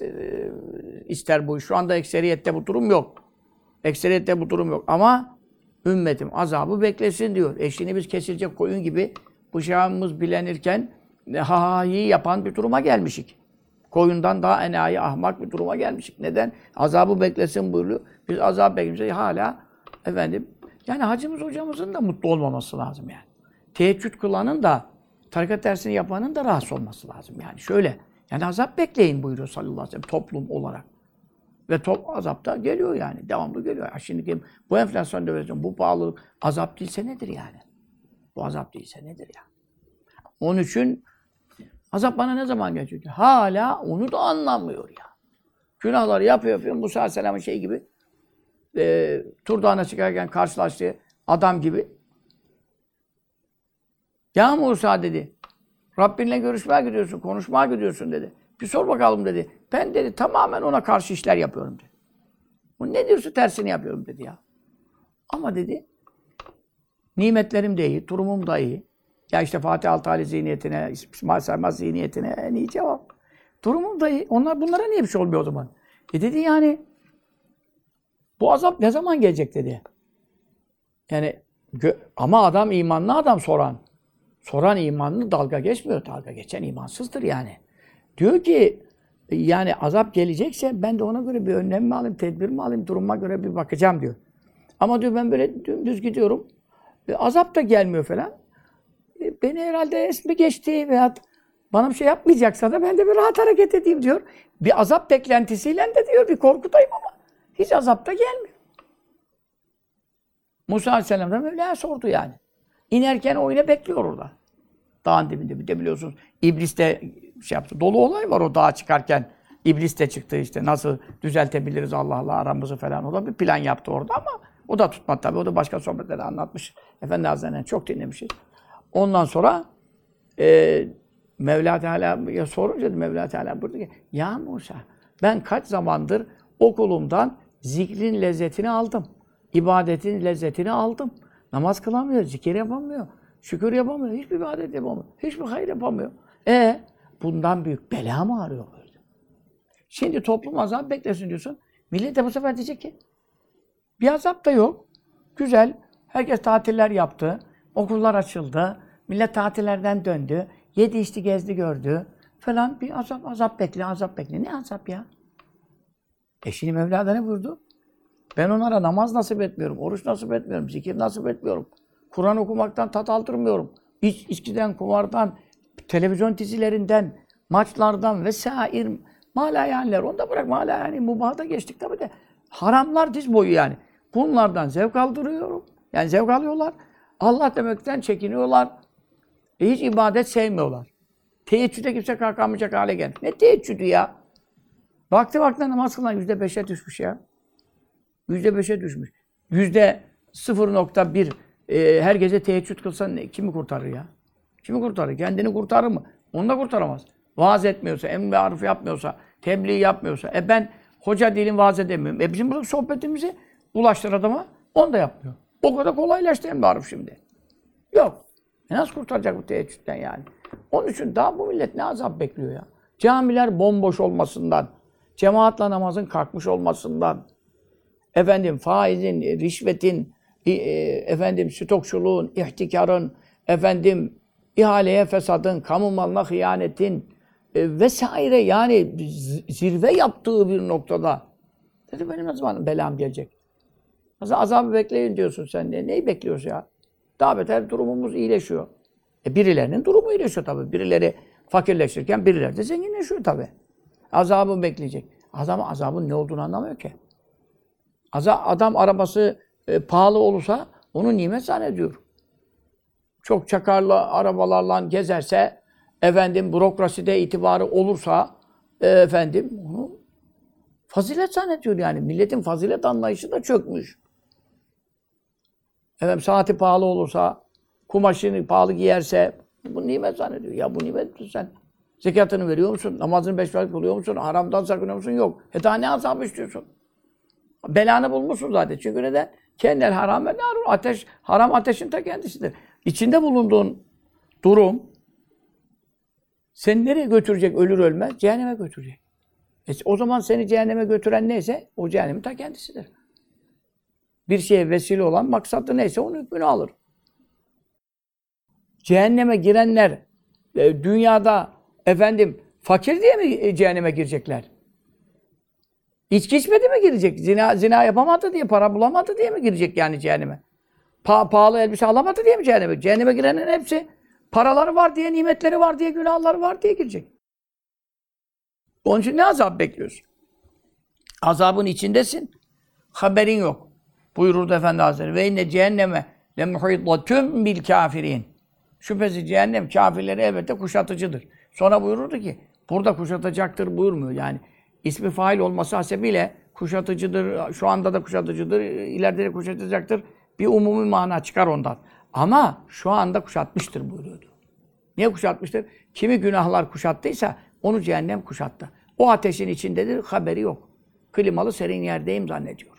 ister bu iş. Şu anda ekseriyette bu durum yok. Ekseriyette bu durum yok. Ama ümmetim azabı beklesin diyor. Eşini biz kesilecek koyun gibi bıçağımız bilenirken ha-ha-hi yapan bir duruma gelmişik. Koyundan daha enayi, ahmak bir duruma gelmişik. Neden? Azabı beklesin buyuruyor. Biz azap bekleyince hala efendim yani hacımız hocamızın da mutlu olmaması lazım yani. Teheccüd kılanın da tarikat dersini yapanın da rahatsız olması lazım yani. Şöyle Yani azap bekleyin buyuruyor sallallahu aleyhi ve sellem toplum olarak. Ve azap da geliyor yani. Devamlı geliyor. Ya şimdi bu enflasyon devresi, bu pahalılık azap değilse nedir yani? Bu azap değilse nedir ya? Onun için azap bana ne zaman gelecek? Hala onu da anlamıyor ya. Günahları yapıyor. Musa Aleyhisselam'ın şey gibi Tur Dağı'na çıkarken karşılaştığı adam gibi. Ya Musa dedi. Rabbinle görüşmeye gidiyorsun, konuşmaya gidiyorsun dedi. Bir sor bakalım dedi. Ben dedi tamamen ona karşı işler yapıyorum dedi. O ne diyorsa tersini yapıyorum dedi ya. Ama dedi nimetlerim de iyi, durumum da iyi. Ya işte Fatih Altaylı zihniyetine, İsmail Saymaz zihniyetine en iyi cevap. Durumum da iyi. Bunlara niye bir şey olmuyor o zaman? Dedi yani bu azap ne zaman gelecek dedi. Yani ama adam imanlı adam soran. Soran imanlı dalga geçmiyor. Dalga geçen imansızdır yani. Diyor ki yani azap gelecekse ben de ona göre bir önlem mi alayım, tedbir mi alayım, duruma göre bir bakacağım diyor. Ama diyor ben böyle dümdüz gidiyorum. Azap da gelmiyor falan. Beni herhalde esmi geçti veya bana bir şey yapmayacaksa da ben de bir rahat hareket edeyim diyor. Bir azap beklentisiyle de diyor bir korkudayım ama hiç azap da gelmiyor. Musa Aleyhisselam da Mevla'ya sordu yani. İnerken o yine bekliyor orada. Dağın dibinde. Bir de biliyorsunuz İblis de şey yaptı. Dolu olay var o dağa çıkarken. İblis de çıktı işte. Nasıl düzeltebiliriz Allah'la aramızı falan. O da bir plan yaptı orada ama o da tutmadı tabii. O da başka sohbetlerde anlatmış. Efendi Hazretleri'nden çok dinlemişiz. Ondan sonra Mevla Teala'ya sorunca Mevla Teala buyurdu ki ya Musa ben kaç zamandır o kulumdan zikrin lezzetini aldım. İbadetin lezzetini aldım. Namaz kılamıyor, zikir yapamıyor, şükür yapamıyor, hiçbir ibadet yapamıyor, hiçbir hayır yapamıyor. Bundan büyük bela mı arıyor böyle? Şimdi toplum azap beklesin diyorsun. Millet de bu sefer diyecek ki bir azap da yok. Güzel. Herkes tatiller yaptı. Okullar açıldı. Millet tatillerden döndü. Yedi içti, gezdi, gördü. Falan bir azap bekle, azap bekle. Ne azap ya? Şimdi Mevla da ne buyurdu? Ben onlara namaz nasip etmiyorum, oruç nasip etmiyorum, zikir nasip etmiyorum. Kur'an okumaktan tat aldırmıyorum. İçkiden, kumardan, televizyon dizilerinden, maçlardan vesaire malayaniler. Onu da bırak malayani mubahada geçtik tabii de. Haramlar diz boyu yani. Bunlardan zevk aldırıyorum. Yani zevk alıyorlar. Allah demekten çekiniyorlar. Hiç ibadet sevmiyorlar. Teheccüde kimse kalkamayacak hale gelmiş. Ne teheccüdü ya? Vakti namaz kılan %5'e düşmüş ya. %5'e düşmüş. %0,1 her gece teheccüd kılsan kimi kurtarır ya? Kimi kurtarır? Kendini kurtarır mı? Onu da kurtaramaz. Vaaz etmiyorsa, emr ve maruf yapmıyorsa, tebliğ yapmıyorsa, ben hoca değilim vaaz edemiyorum. Bizim burada sohbetimizi ulaştır adama, onu da yapmıyor. O kadar kolaylaştı emr maruf şimdi. Yok. Nasıl kurtaracak bu teheccüden yani? Onun için daha bu millet ne azap bekliyor ya? Camiler bomboş olmasından, cemaatle namazın kalkmış olmasından, faizin, rişvetin, stokçuluğun, ihtikarın, ihaleye fesadın, kamu malına hıyanetin vesaire yani zirve yaptığı bir noktada. Dedi benim ne zaman belam gelecek? Nasıl azabı bekleyin diyorsun sen de. Neyi bekliyorsun ya? Daha beter durumumuz iyileşiyor. Birilerinin durumu iyileşiyor tabii. Birileri fakirleşirken birileri de zenginleşiyor tabii. Azabı bekleyecek. Azabın ne olduğunu anlamıyor ki. Adam arabası pahalı olursa onu nimet zannediyor. Çok çakarlı arabalarla gezerse, bürokraside itibarı olursa, onu fazilet zannediyor yani. Milletin fazilet anlayışı da çökmüş. Saati pahalı olursa, kumaşını pahalı giyerse, bu nimet zannediyor. Ya bu nimet sen zekatını veriyor musun? Namazını 5 vakit kılıyor musun? Haramdan sakınıyor musun? Yok. Daha ne azabı istiyorsun? Belanı bulmuşsun zaten. Çünkü neden? Kendel haram ve narun. Ateş, haram ateşin ta kendisidir. İçinde bulunduğun durum seni nereye götürecek ölür ölmez? Cehenneme götürecek. O zaman seni cehenneme götüren neyse o cehennemin ta kendisidir. Bir şeye vesile olan maksatı neyse onun hükmünü alır. Cehenneme girenler dünyada fakir diye mi cehenneme girecekler? İçki içmedi mi girecek? Zina yapamadı diye, para bulamadı diye mi girecek yani cehenneme? Pahalı elbise alamadı diye mi cehenneme? Cehenneme girenin hepsi paraları var diye, nimetleri var diye, günahları var diye girecek. Onun için ne azap bekliyorsun? Azabın içindesin. Haberin yok. Buyururdu Efendi Hazretleri. Ve inne cehenneme lemuhîtatun bil kâfirin. Şüphesiz cehennem kâfirleri elbette kuşatıcıdır. Sonra buyururdu ki, burada kuşatacaktır buyurmuyor. Yani ismi fail olması hasebiyle kuşatıcıdır, şu anda da kuşatıcıdır, ileride de kuşatacaktır. Bir umumi mana çıkar ondan. Ama şu anda kuşatmıştır buyuruyordu. Niye kuşatmıştır? Kimi günahlar kuşattıysa onu cehennem kuşattı. O ateşin içindedir, haberi yok. Klimalı serin yerdeyim zannediyor.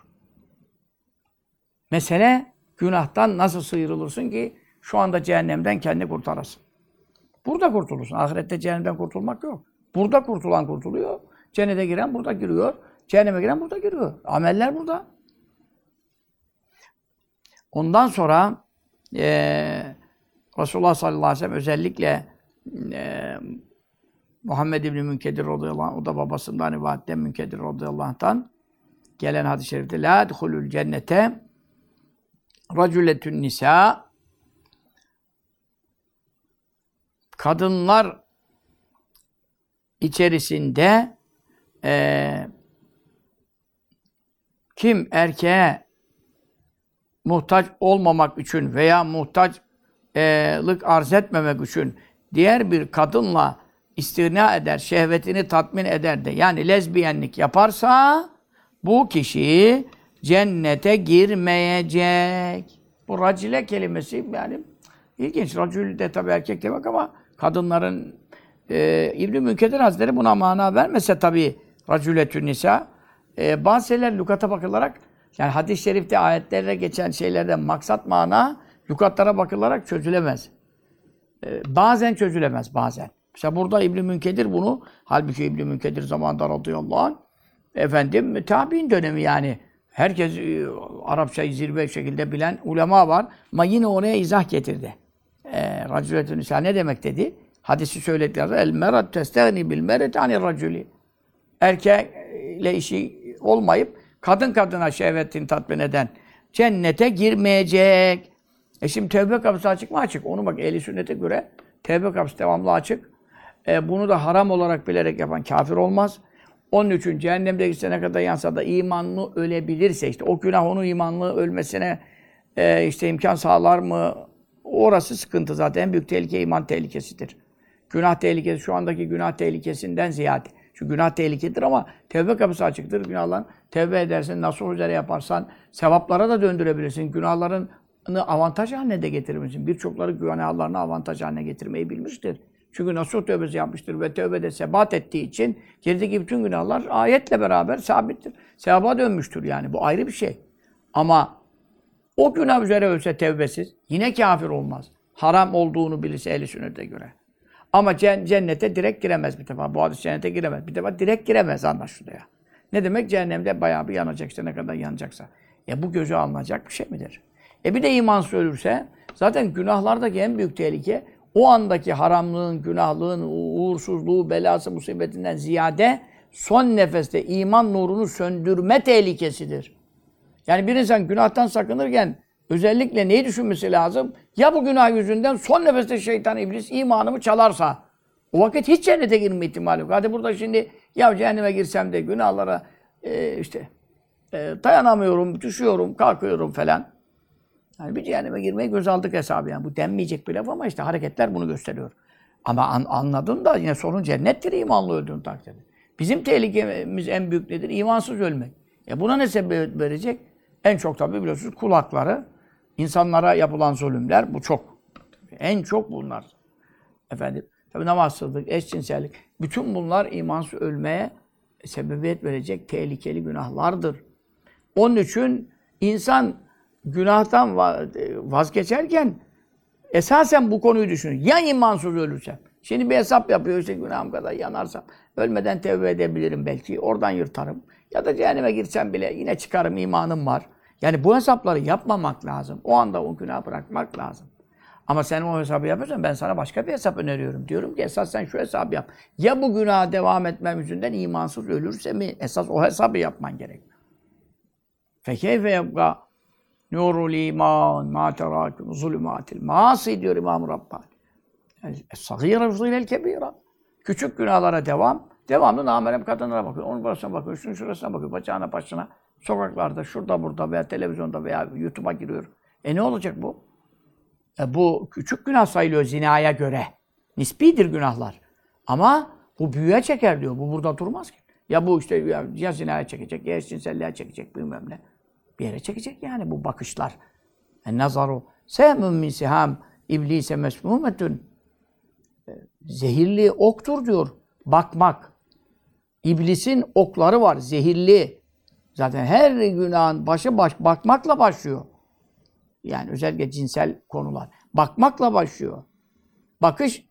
Mesele günahtan nasıl sıyrılırsın ki şu anda cehennemden kendini kurtarasın. Burada kurtulursun. Ahirette cehennemden kurtulmak yok. Burada kurtulan kurtuluyor. Cennete giren burada giriyor. Cehenneme giren burada giriyor. Ameller burada. Ondan sonra Resulullah sallallahu aleyhi ve sellem özellikle Muhammed İbni Münkedir radıyallahu anh, o da babasından rivayetten Münkedir radıyallahu anh'tan gelen hadis-i şerifte la edhulul cennete racületün nisa, kadınlar içerisinde kim erkeğe muhtaç olmamak için veya muhtaçlık arz etmemek için diğer bir kadınla istina eder, şehvetini tatmin eder de yani lezbiyenlik yaparsa bu kişi cennete girmeyecek. Bu racile kelimesi yani ilginç. Racül de tabii erkek demek ama kadınların İbn-i Münkedir Hazretleri buna mana vermese tabii racületün nisa. Bazı şeyler lügata bakılarak yani hadis-i şerifte ayetlerle geçen şeylerden maksat mana lügatlara bakılarak çözülemez. Bazen çözülemez bazen. Mesela burada İbn-i Münkedir bunu halbuki İbn-i Münkedir zamanında radıyallahu anh efendim tabi'in dönemi yani. Herkes Arapçayı zirve şekilde bilen ulema var. Ama yine oraya izah getirdi. Racületün nisa ne demek dedi? Hadisi söylediler. El merat testagni bil meret anir raculi. Erkekle işi olmayıp kadın kadına şehvetini tatmin eden cennete girmeyecek. Şimdi tevbe kapısı açık mı? Açık. Onu bak ehli sünnete göre tevbe kapısı devamlı açık. Bunu da haram olarak bilerek yapan kafir olmaz. Onun için cehennemde gitse ne kadar yansa da imanlı ölebilirse işte o günah onun imanlı ölmesine işte imkan sağlar mı? Orası sıkıntı zaten. En büyük tehlike iman tehlikesidir. Günah tehlikesi şu andaki günah tehlikesinden ziyade. Çünkü günah tehlikedir ama tevbe kapısı açıktır. Günahların tevbe edersen, nasıl üzere yaparsan sevaplara da döndürebilirsin. Günahlarını avantaj haline de getirebilirsin. Birçokları günahlarını avantaj haline getirmeyi bilmiştir. Çünkü nasuh tövbesi yapmıştır ve tövbede sebat ettiği için gerideki bütün günahlar ayetle beraber sabittir. Sevaba dönmüştür yani. Bu ayrı bir şey. Ama o günah üzere ölse tevbesiz yine kafir olmaz. Haram olduğunu bilirse ehl-i sünnete göre. Ama cennete direkt giremez bir defa. Bu hadis cennete giremez. Bir defa direkt giremez anlaşılıyor. Ne demek? Cehennemde bayağı bir yanacak işte ne kadar yanacaksa. Bu göze alınacak bir şey midir? Bir de imansız ölürse zaten günahlardaki en büyük tehlike o andaki haramlığın, günahlığın, uğursuzluğu, belası, musibetinden ziyade son nefeste iman nurunu söndürme tehlikesidir. Yani bir insan günahtan sakınırken özellikle neyi düşünmesi lazım? Ya bu günah yüzünden son nefeste şeytan, iblis imanımı çalarsa o vakit hiç cennete girme ihtimali yok. Hadi burada şimdi ya cehenneme girsem de günahlara dayanamıyorum, düşüyorum, kalkıyorum falan. Yani bir cehenneme girmeyi göz aldık hesabı yani. Bu denmeyecek bir laf ama işte hareketler bunu gösteriyor. Ama anladın da yine sorun cennettir imanlı öldüğün takdirde. Bizim tehlikemiz en büyük nedir? İmansız ölmek. Buna ne sebep verecek? En çok tabii biliyorsunuz kulakları, insanlara yapılan zulümler bu çok. En çok bunlar. Efendim, tabii namazsızlık, eşcinsellik, bütün bunlar imansız ölmeye sebebiyet verecek tehlikeli günahlardır. Onun için insan günahtan vazgeçerken esasen bu konuyu düşünür. Ya imansız ölürsem? Şimdi bir hesap yapıyor işte günahım kadar yanarsam. Ölmeden tevbe edebilirim belki. Oradan yırtarım. Ya da cehenneme girsem bile yine çıkarım imanım var. Yani bu hesapları yapmamak lazım. O anda o günahı bırakmak lazım. Ama sen o hesabı yapıyorsan ben sana başka bir hesap öneriyorum. Diyorum ki esas sen şu hesabı yap. Ya bu günaha devam etmem yüzünden imansız ölürse mi? Esas o hesabı yapman gerekiyor. Fekeyfe yabga nurul iman ma teraküm zulümatil maasi diyor İmam-ı Rabbani. Es-sagîre fızîlel kebîra. Küçük günahlara devam, Devamlı namerem kadınlara bakıyor. Onun burasına bakıyor, şunun şurasına bakıyor, bacağına, başına. Sokaklarda, şurada, burada veya televizyonda veya YouTube'a giriyor. Ne olacak bu? Bu küçük günah sayılıyor zinaya göre. Nispidir günahlar. Ama bu büyüye çeker diyor. Bu burada durmaz ki. Ya bu işte ya zinaya çekecek, ya eşcinselliğe çekecek, bilmem ne. Bir yere çekecek yani bu bakışlar. Nazaru sehmün min siham iblise mesmumetün. Zehirli oktur diyor. Bakmak. İblisin okları var. Zehirli. Zaten her günahın başı bakmakla başlıyor. Yani özellikle cinsel konular. Bakmakla başlıyor. Bakış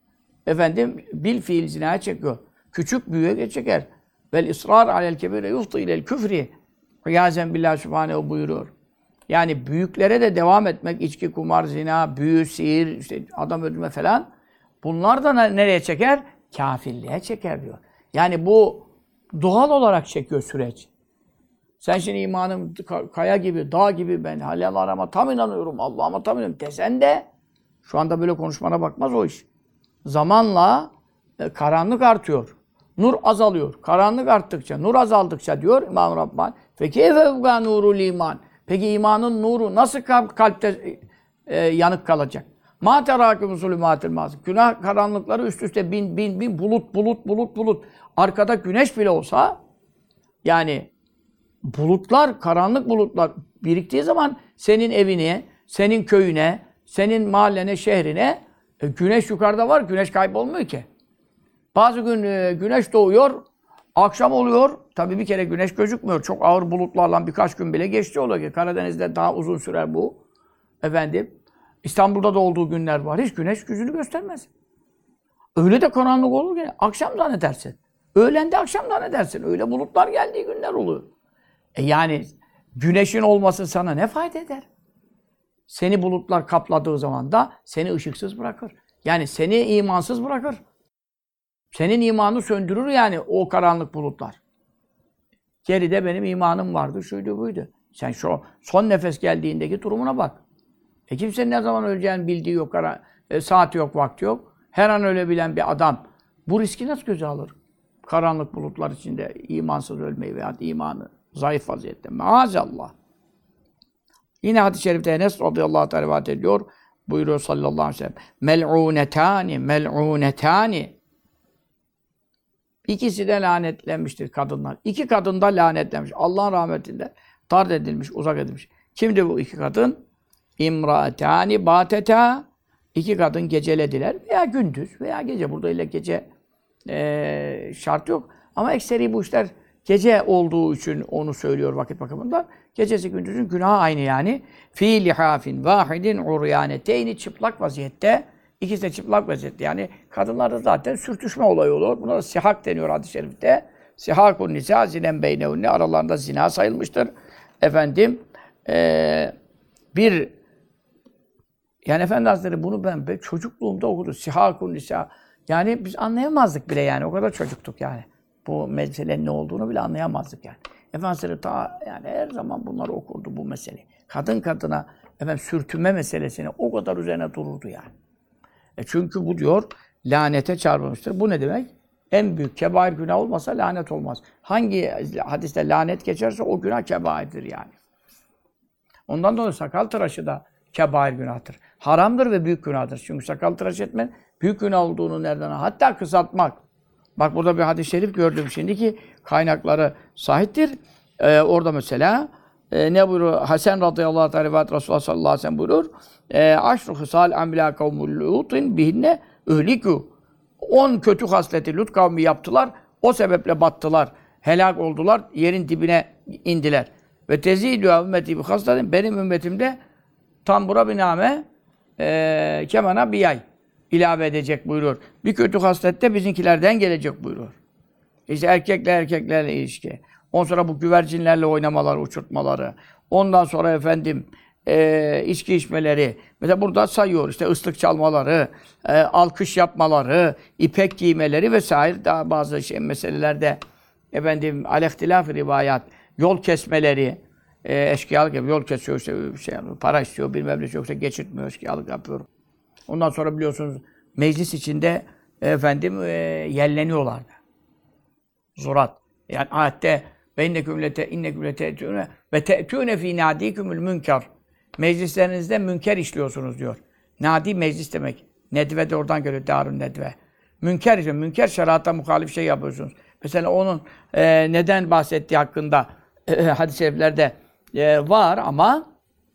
bil fiil zinaya çekiyor. Küçük büyüğe çeker. Vel ısrar alel kebire yuftu ilel küfri. Hıyazen billah subhanehu buyuruyor. Yani büyüklere de devam etmek, içki, kumar, zina, büyü, sihir, işte adam öldürme falan. Bunlar da nereye çeker? Kâfirliğe çeker diyor. Yani bu doğal olarak çekiyor süreç. Sen şimdi imanım kaya gibi, dağ gibi ben halal arama tam inanıyorum, Allah'ıma tam inanıyorum desen de şu anda böyle konuşmana bakmaz o iş. Zamanla karanlık artıyor. Nur azalıyor. Karanlık arttıkça, nur azaldıkça diyor İmam Rabbani. Fekeyfe evgâ nurul iman. Peki imanın nuru nasıl kalpte yanık kalacak? Mâ terâküm zulümâtil mâzî. Günah karanlıkları üst üste bin bulut. Arkada güneş bile olsa yani bulutlar, karanlık bulutlar biriktiği zaman senin evine, senin köyüne, senin mahallene, şehrine güneş yukarıda var, güneş kaybolmuyor ki. Bazı gün güneş doğuyor, akşam oluyor. Tabii bir kere güneş gözükmüyor. Çok ağır bulutlarla birkaç gün bile geçti oluyor ki. Karadeniz'de daha uzun sürer bu. İstanbul'da da olduğu günler var. Hiç güneş yüzünü göstermez. Öyle de karanlık olur ki akşam zannedersin. Öğlen de akşam zannedersin. Öyle bulutlar geldiği günler oluyor. Yani güneşin olması sana ne fayda eder? Seni bulutlar kapladığı zaman da seni ışıksız bırakır. Yani seni imansız bırakır. Senin imanını söndürür yani o karanlık bulutlar. Geride benim imanım vardı, şuydu buydu. Sen şu son nefes geldiğindeki durumuna bak. Kimsenin ne zaman öleceğini bildiği yok, saati yok, vakti yok. Her an ölebilen bir adam bu riski nasıl göze alır? Karanlık bulutlar içinde imansız ölmeyi veya imanı zayıf vaziyette. Maazallah. Yine hadis-i şerifte Enes radıyallahu teala rivayet ediyor. Buyuruyor sallallahu aleyhi ve sellem. Mel'unetani. İkisi de lanetlenmiştir kadınlar. İki kadın da lanetlenmiş. Allah'ın rahmetinden tard edilmiş, uzak edilmiş. Kimdi bu iki kadın? İmraatani bateta. İki kadın gecelediler veya gündüz veya gece. Burada ile gece şart yok. Ama ekseri bu işler gece olduğu için onu söylüyor vakit bakımından. Gecesi gündüzün günahı aynı yani. Fî lihâfin vâhidin uryaneteyni çıplak vaziyette. İkisi de çıplak vaziyette. Yani kadınlarda zaten sürtüşme olayı olur. Buna da sihak deniyor hadis-i şerifte. Sihâkun nisâ zinen beynehunne aralarında zina sayılmıştır. Yani Efendi Hazretleri bunu ben çocukluğumda okudum. Sihâkun nisâ. Yani biz anlayamazdık bile yani. O kadar çocuktuk yani. Bu meselenin ne olduğunu bile anlayamazdık yani. Efendimiz yani her zaman bunları okurdu bu mesele. Kadın kadına sürtünme meselesini o kadar üzerine dururdu yani. Çünkü bu diyor lanete çarpılmıştır. Bu ne demek? En büyük kebair günah olmasa lanet olmaz. Hangi hadiste lanet geçerse o günah kebairdir yani. Ondan dolayı sakal tıraşı da kebair günahtır. Haramdır ve büyük günahtır. Çünkü sakal tıraş etmen büyük günah olduğunu nereden? Hatta kısaltmak. Bak burada bir hadis-i şerif gördüm şimdi ki kaynakları sahiptir. Orada mesela ne buyuruyor? Hasan radıyallahu teala rivayet Resulullah sallallahu aleyhi ve sellem buyuruyor. Aşru hısal amlâ kavmul lutin bihinne ühlikû. 10 kötü hasleti Lut kavmi yaptılar. O sebeple battılar. Helak oldular. Yerin dibine indiler. Ve tezîlû ümmeti bi hasletin. Benim ümmetimde tambura biname kemana bir yay ilave edecek buyuruyor. Bir kötü haslette bizimkilerden gelecek buyuruyor. İşte erkeklerle ilişki. Ondan sonra bu güvercinlerle oynamaları, uçurtmaları. Ondan sonra içki içmeleri. Mesela burada sayıyor işte ıslık çalmaları, alkış yapmaları, ipek giymeleri vesaire. Daha bazı meselelerde aleyhtilâf-ı rivayat, yol kesmeleri, eşkıyalık yapıyor, yol kesiyor işte para istiyor, bilmem ne yoksa geçirtmiyor, eşkıyalık yapıyor. Ondan sonra biliyorsunuz meclis içinde yelleniyorlardı. Zurat. Yani ayette ve inneküm lete'tûne ve te'tûne fî nâdîkümül münker. Meclislerinizde münker işliyorsunuz diyor. Nadi meclis demek. Nedve de oradan geliyor. Darun nedve. Münker işte. Münker şerata muhalif şey yapıyorsunuz. Mesela onun neden bahsettiği hakkında hadis-i şeriflerde var ama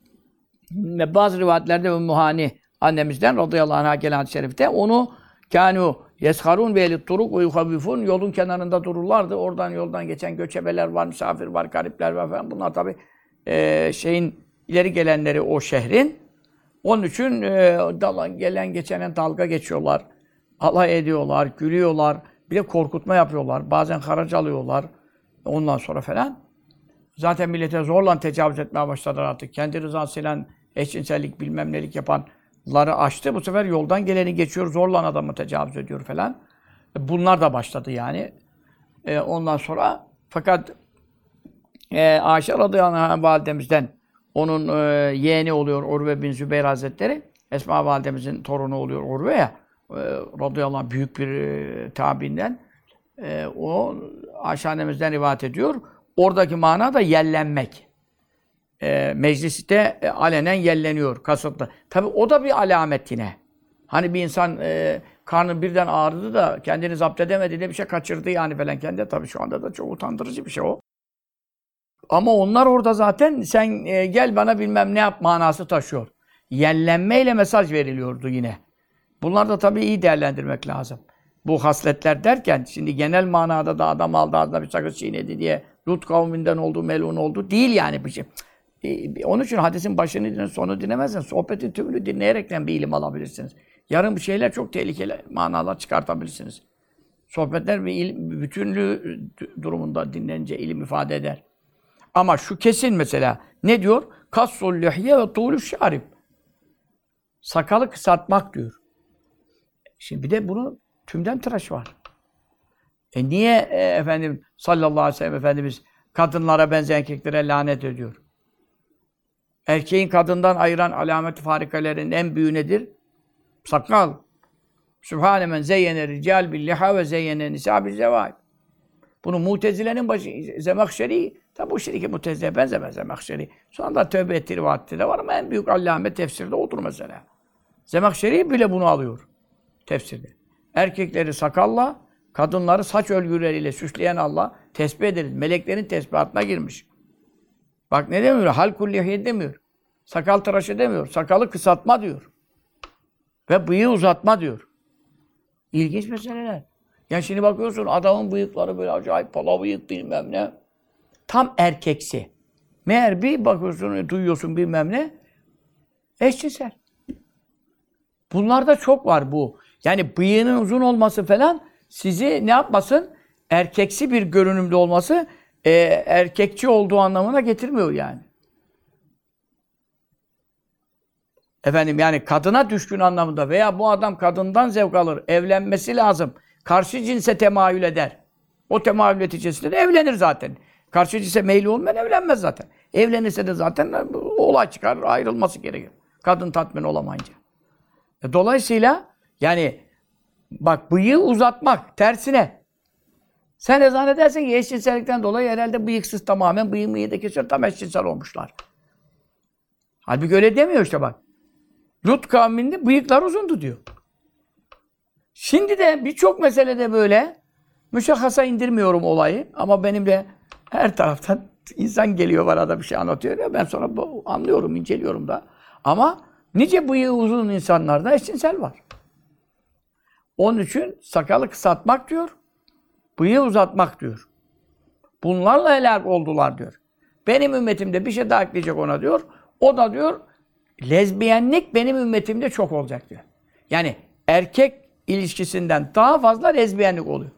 bazı rivayetlerde Ümmü Hani annemizden radıyallahu anh'a gelen hadis-i şerifte onu kânû yesharûn bi elit turuk ve yuhavvifûn yolun kenarında dururlardı. Oradan yoldan geçen göçebeler var, misafir var, garipler var falan. Bunlar tabii şeyin ileri gelenleri o şehrin. Onun için gelen geçene dalga geçiyorlar. Alay ediyorlar, gülüyorlar. Bir de korkutma yapıyorlar. Bazen haraç alıyorlar. Ondan sonra falan. Zaten millete zorla tecavüz etmeye başladılar artık. Kendi rızasıyla eşcinsellik bilmem nelik yapanları açtı. Bu sefer yoldan geleni geçiyor. Zorla adamı tecavüz ediyor falan. Bunlar da başladı yani. Ondan sonra fakat Ayşe radıyallahu anh validemizden onun yeğeni oluyor Urve bin Zübeyir Hazretleri. Esma validemizin torunu oluyor Urve ya. Radıyallahu anh büyük bir tabiinden. O Ayşe annemizden rivayet ediyor. Oradaki mana da yellenmek. Mecliste alenen yelleniyor kasıtlı. Tabi o da bir alamet yine. Hani bir insan karnı birden ağrıdı da kendini zapt edemedi de bir şey kaçırdı yani falan kendi. Tabi şu anda da çok utandırıcı bir şey o. Ama onlar orada zaten sen gel bana bilmem ne yap manası taşıyor. Yellenmeyle mesaj veriliyordu yine. Bunlar da tabii iyi değerlendirmek lazım. Bu hasletler derken şimdi genel manada da adam aldı ağzına bir sakız çiğnedi diye Lut kavminden oldu, melun oldu değil yani bir şey. Onun için hadisin başını dinle, sonu dinlemezseniz sohbetin tümünü dinleyerekten bir ilim alabilirsiniz. Yarın bir şeyler çok tehlikeli manalar çıkartabilirsiniz. Sohbetler bir bütünlüğü durumunda dinlenince ilim ifade eder. Ama şu kesin mesela ne diyor? Kassul lihye ve tuğlü şarib. Sakalı kısaltmak diyor. Şimdi bir de bunu tümden tıraş var. Niye efendim sallallahu aleyhi ve sellem Efendimiz kadınlara benzeyen erkeklere lanet ediyor? Erkeğin kadından ayıran alamet-i farikalerin en büyüğü nedir? Sakal. Sübhane men zeyyene rical bil liha ve zeyyene nisa bil zevaid. Bunu Mutezile'nin başı Zemahşeri, tabi bu şimdiki Mutezile'ye benzemez Zemahşeri. Sonra da tövbe ettiği rivayette de var ama en büyük allame tefsirde odur mesela. Zemahşeri bile bunu alıyor tefsirde. Erkekleri sakalla, kadınları saç örgüleriyle süsleyen Allah tesbih ederiz. Meleklerin tesbihatına girmiş. Bak ne demiyor? Halkul lihye demiyor. Sakal tıraşı demiyor. Sakalı kısaltma diyor. Ve bıyığı uzatma diyor. İlginç meseleler. Yani şimdi bakıyorsun adamın bıyıkları böyle acayip pala bıyık bilmem ne. Tam erkeksi. Meğer bir bakıyorsun, duyuyorsun bilmem ne. Eşcinsel. Bunlarda çok var bu. Yani bıyığının uzun olması falan sizi ne yapmasın? Erkeksi bir görünümde olması erkekçi olduğu anlamına getirmiyor yani. Efendim yani kadına düşkün anlamında veya bu adam kadından zevk alır, evlenmesi lazım. Karşı cinse temayül eder. O temayül neticesinde de evlenir zaten. Karşı cinse meyli olmayan evlenmez zaten. Evlenirse de zaten olay çıkar, ayrılması gerekir. Kadın tatmin olamayınca. Dolayısıyla yani bak bıyığı uzatmak tersine. Sen de zannedersin ki eşcinsellikten dolayı herhalde bıyıksız tamamen bıyığı da kesiyor. Tam eşcinsel olmuşlar. Halbuki öyle demiyor işte bak. Lut kavminde bıyıklar uzundu diyor. Şimdi de birçok meselede böyle müşahhasa indirmiyorum olayı ama benim de her taraftan insan geliyor bana da bir şey anlatıyor ya ben sonra anlıyorum, inceliyorum da. Ama nice bıyığı uzun insanlarda eşcinsel var. Onun için sakalı kısaltmak diyor, bıyığı uzatmak diyor. Bunlarla helak oldular diyor. Benim ümmetimde bir şey daha ekleyecek ona diyor. O da diyor lezbiyenlik benim ümmetimde çok olacak diyor. Yani erkek ilişkisinden daha fazla lezbiyenlik oluyor.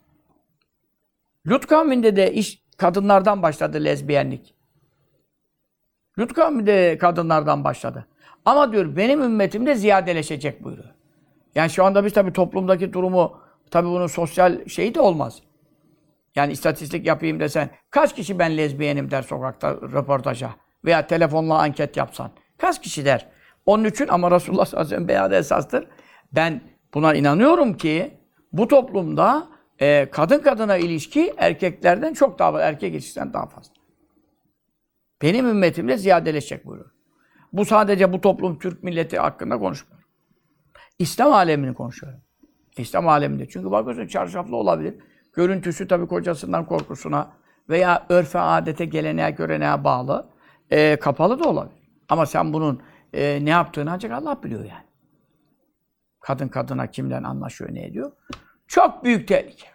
Lut kavminde de iş kadınlardan başladı lezbiyenlik. Lut kavminde kadınlardan başladı. Ama diyor benim ümmetimde ziyadeleşecek buyuruyor. Yani şu anda biz tabii toplumdaki durumu, tabii bunun sosyal şeyi de olmaz. Yani istatistik yapayım desen, kaç kişi ben lezbiyenim der sokakta röportaja veya telefonla anket yapsan. Kaç kişi der? Onun için ama Resulullah sallallahu aleyhi ve sellem beyanı esastır. Ben buna inanıyorum ki bu toplumda kadın kadına ilişki erkeklerden çok daha fazla. Erkek ilişkisinden daha fazla. Benim ümmetimle ziyadeleşecek buyuruyor. Bu sadece bu toplum Türk milleti hakkında konuşmuyor. İslam alemini konuşuyorum. İslam aleminde. Çünkü bakıyorsun çarşaflı olabilir. Görüntüsü tabii kocasından korkusuna veya örfe, adete, geleneğe, göreneğe bağlı. Kapalı da olabilir. Ama sen bunun ne yaptığını ancak Allah biliyor yani. Kadın kadına kimden anlaşıyor, ne ediyor? Çok büyük tehlike.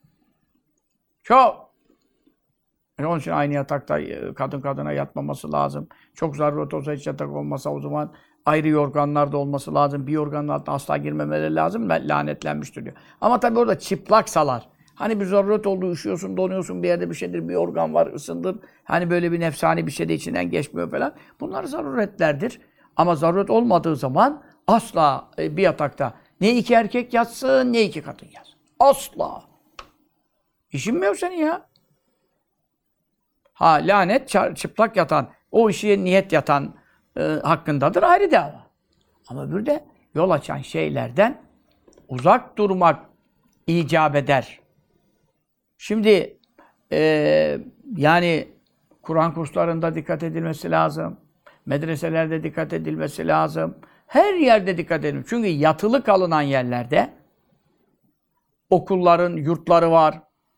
Çok. Onun için aynı yatakta kadın kadına yatmaması lazım. Çok zaruret olsa hiç yatak olmasa o zaman ayrı yorganlarda olması lazım. Bir yorganın altına asla girmemeleri lazım. Lanetlenmiştir diyor. Ama tabii orada çıplaksalar. Hani bir zaruret oldu, üşüyorsun, donuyorsun, bir yerde bir şeydir, bir organ var, ısındın. Hani böyle bir nefsani bir şey de içinden geçmiyor falan. Bunlar zaruretlerdir. Ama zaruret olmadığı zaman asla bir yatakta ne iki erkek yatsın, ne iki kadın yatsın. Asla. İşin mi yok senin ya? Ha lanet çıplak yatan, o işe niyet yatan hakkındadır ayrı dava. Ama bir de yol açan şeylerden uzak durmak icap eder. Şimdi yani Kur'an kurslarında dikkat edilmesi lazım. Medreselerde dikkat edilmesi lazım. Her yerde dikkat edilmesi. Çünkü yatılı kalınan yerlerde okulların, yurtları var.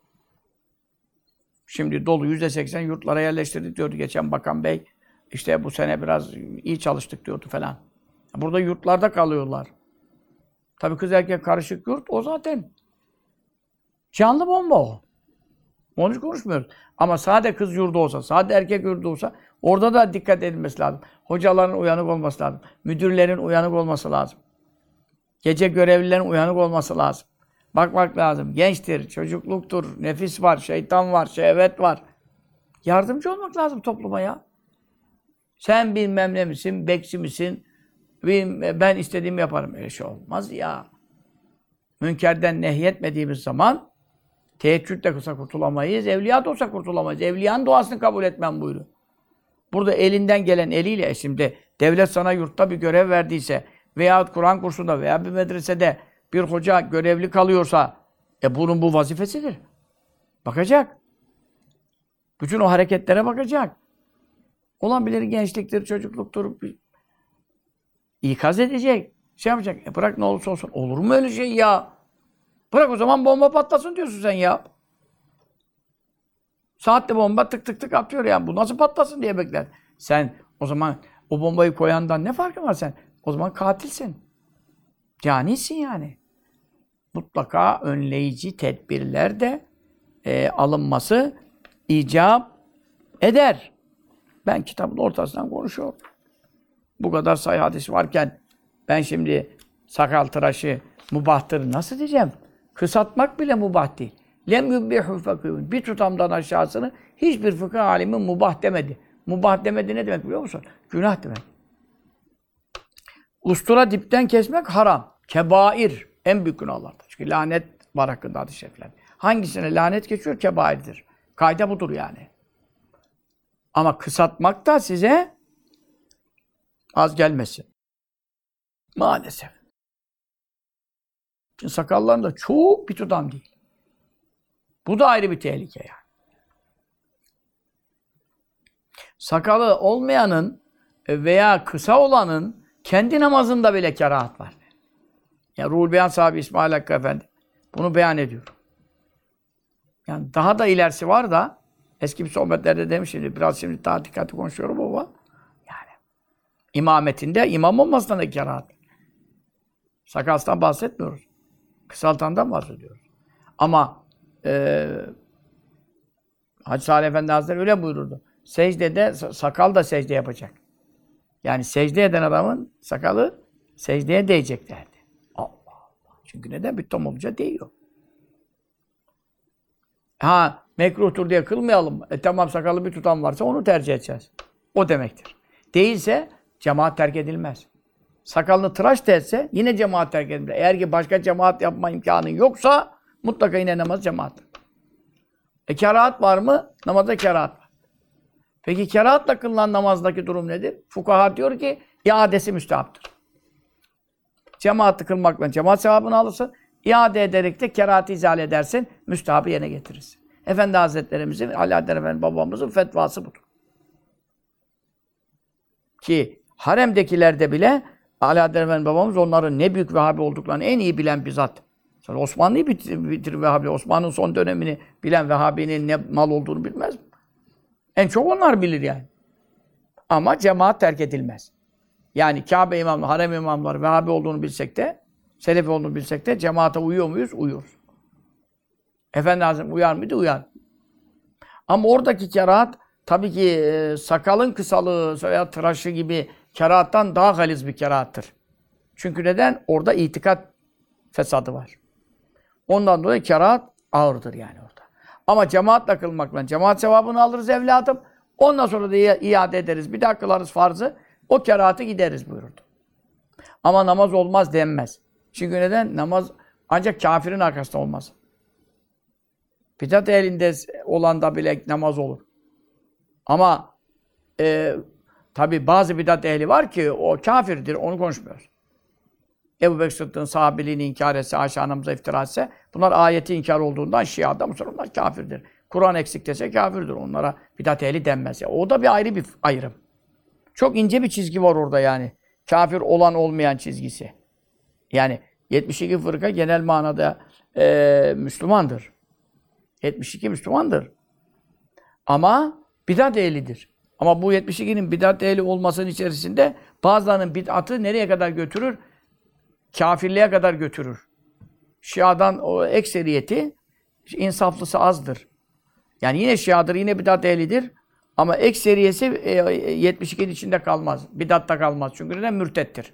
Şimdi dolu %80 yurtlara yerleştirdik diyordu geçen Bakan Bey. İşte bu sene biraz iyi çalıştık diyordu falan. Burada yurtlarda kalıyorlar. Tabii kız erkek karışık yurt o zaten. Canlı bomba o. Onu hiç konuşmuyoruz. Ama sade kız yurdu olsa, sade erkek yurdu olsa orada da dikkat edilmesi lazım. Hocaların uyanık olması lazım. Müdürlerin uyanık olması lazım. Gece görevlilerin uyanık olması lazım. Bakmak lazım. Gençtir, çocukluktur, nefis var, şeytan var, şehvet var. Yardımcı olmak lazım topluma ya. Sen bilmem ne misin, bekçi misin? Ben istediğimi yaparım. Öyle şey olmaz ya. Münkerden nehyetmediğimiz zaman teheccüd de kısa kurtulamayız. Evliya da olsa kurtulamayız. Evliyanın duasını kabul etmem buyuruyor. Burada elinden gelen eliyle şimdi devlet sana yurtta bir görev verdiyse veya Kur'an kursunda veya bir medresede bir hoca görevli kalıyorsa bunun bu vazifesidir. Bakacak. Bütün o hareketlere bakacak. Olan bilir gençliktir, çocukluktur. İkaz edecek. Şey yapacak. Bırak ne olursa olsun. Olur mu öyle şey ya? Bırak o zaman bomba patlasın diyorsun sen ya. Saatte bomba tık tık tık atıyor ya. Bu nasıl patlasın diye bekler. Sen o zaman o bombayı koyandan ne farkı var sen? O zaman katilsin. Canisin yani. Mutlaka önleyici tedbirler de alınması icap eder. Ben kitabın ortasından konuşuyorum. Bu kadar sayı hadis varken ben şimdi sakal tıraşı mubahtır nasıl diyeceğim? Kısaltmak bile mubah değil. Lem yubbihu fakihun. Bir tutamdan aşağısını hiçbir fıkıh alimi mubah demedi. Mubah demedi ne demek biliyor musun? Günah demek. Ustura dipten kesmek haram. Kebair. En büyük günahlardır. Çünkü lanet var hakkında hadis-i şerifler. Hangisine lanet geçiyor? Kebairdir. Kaide budur yani. Ama kısaltmak da size az gelmesin. Maalesef. Şimdi sakalların da çok bir tutam değil. Bu da ayrı bir tehlike yani. Sakalı olmayanın veya kısa olanın kendi namazında bile kerahat var. Yani Ruhul Beyan sahibi İsmail Hakkı Efendi bunu beyan ediyor. Yani daha da ilerisi var da eski bir sohbetlerde demiş şimdi daha dikkatli konuşuyorum ama yani imametinde imam olmasından da kerahat. Sakalsızdan bahsetmiyoruz. Kısaltandan bahsediyoruz. Ama Hacı Salih Efendi Hazretleri öyle buyururdu. Secdede sakal da secde yapacak. Yani secde eden adamın sakalı secdeye değecek derdi. Allah Allah. Çünkü neden? Bir tam olunca değiyor. Ha mekruhtur diye kılmayalım. Tamam sakalı bir tutan varsa onu tercih edeceğiz. O demektir. Değilse cemaat terk edilmez. Sakalını tıraş da etse yine cemaat terk edilmez. Eğer ki başka cemaat yapma imkanı yoksa mutlaka yine namaz cemaat. Kerahat var mı? Namazda kerahat var. Peki kerahatla kılınan namazdaki durum nedir? Fukaha diyor ki iadesi müstehaptır. Cemaatı kılmakla cemaat sevabını alırsın. İade ederek de kerahatı izale edersin, müstahabı yerine getirirsin. Efendi Hazretlerimizin, Alaaddin Efendi babamızın fetvası budur. Ki haremdekilerde bile Alaaddin Efendi babamız onların ne büyük Vehhabi olduklarını en iyi bilen bir zat. Sonra Osmanlı'yı bitir Vehhabi. Osmanlı'nın son dönemini bilen Vehhabi'nin ne mal olduğunu bilmez mi? En çok onlar bilir yani. Ama cemaat terk edilmez. Yani Kabe imamları, harem imamları Vehhabi olduğunu bilsek de, Selefi olduğunu bilsek de cemaate uyuyor muyuz? Uyuyoruz. Efendi Hazretleri uyar mıydı? Uyar. Ama oradaki kerahat tabii ki sakalın kısalığı veya tıraşı gibi kerahattan daha galiz bir kerahattır. Çünkü neden? Orada itikat fesadı var. Ondan dolayı kerahat ağırdır yani orada. Ama cemaatle kılmakla cemaat sevabını alırız evladım. Ondan sonra da iade ederiz. Bir daha kılarız farzı. O kerahatı gideriz buyurdu. Ama namaz olmaz denmez. Çünkü neden? Namaz ancak kafirin arkasında olmaz. Bidat elinde olan da bile namaz olur. Ama tabi bazı bidat ehli var ki o kafirdir, onu konuşmuyoruz. Ebu Bekir Sıddık'ın sahabiliğini inkar etse, Ayşe anamıza iftira etse, bunlar ayeti inkar olduğundan Şia'da onlar kafirdir. Kur'an eksik dese kafirdir. Onlara bidat ehli denmez. Ya, o da bir ayrı bir ayrım. Çok ince bir çizgi var orada yani. Kafir olan olmayan çizgisi. Yani 72 fırka genel manada Müslümandır. 72 Müslümandır. Ama bidat ehlidir. Ama bu 72'nin bidat ehli olmasının içerisinde bazılarının bid'atı nereye kadar götürür? Kafirliğe kadar götürür. Şia'dan o ekseriyeti, insaflısı azdır. Yani yine Şia'dır, yine bidat ehlidir. Ama ekseriyesi 72'nin içinde kalmaz. Bidatta kalmaz. Çünkü neden? Mürtettir.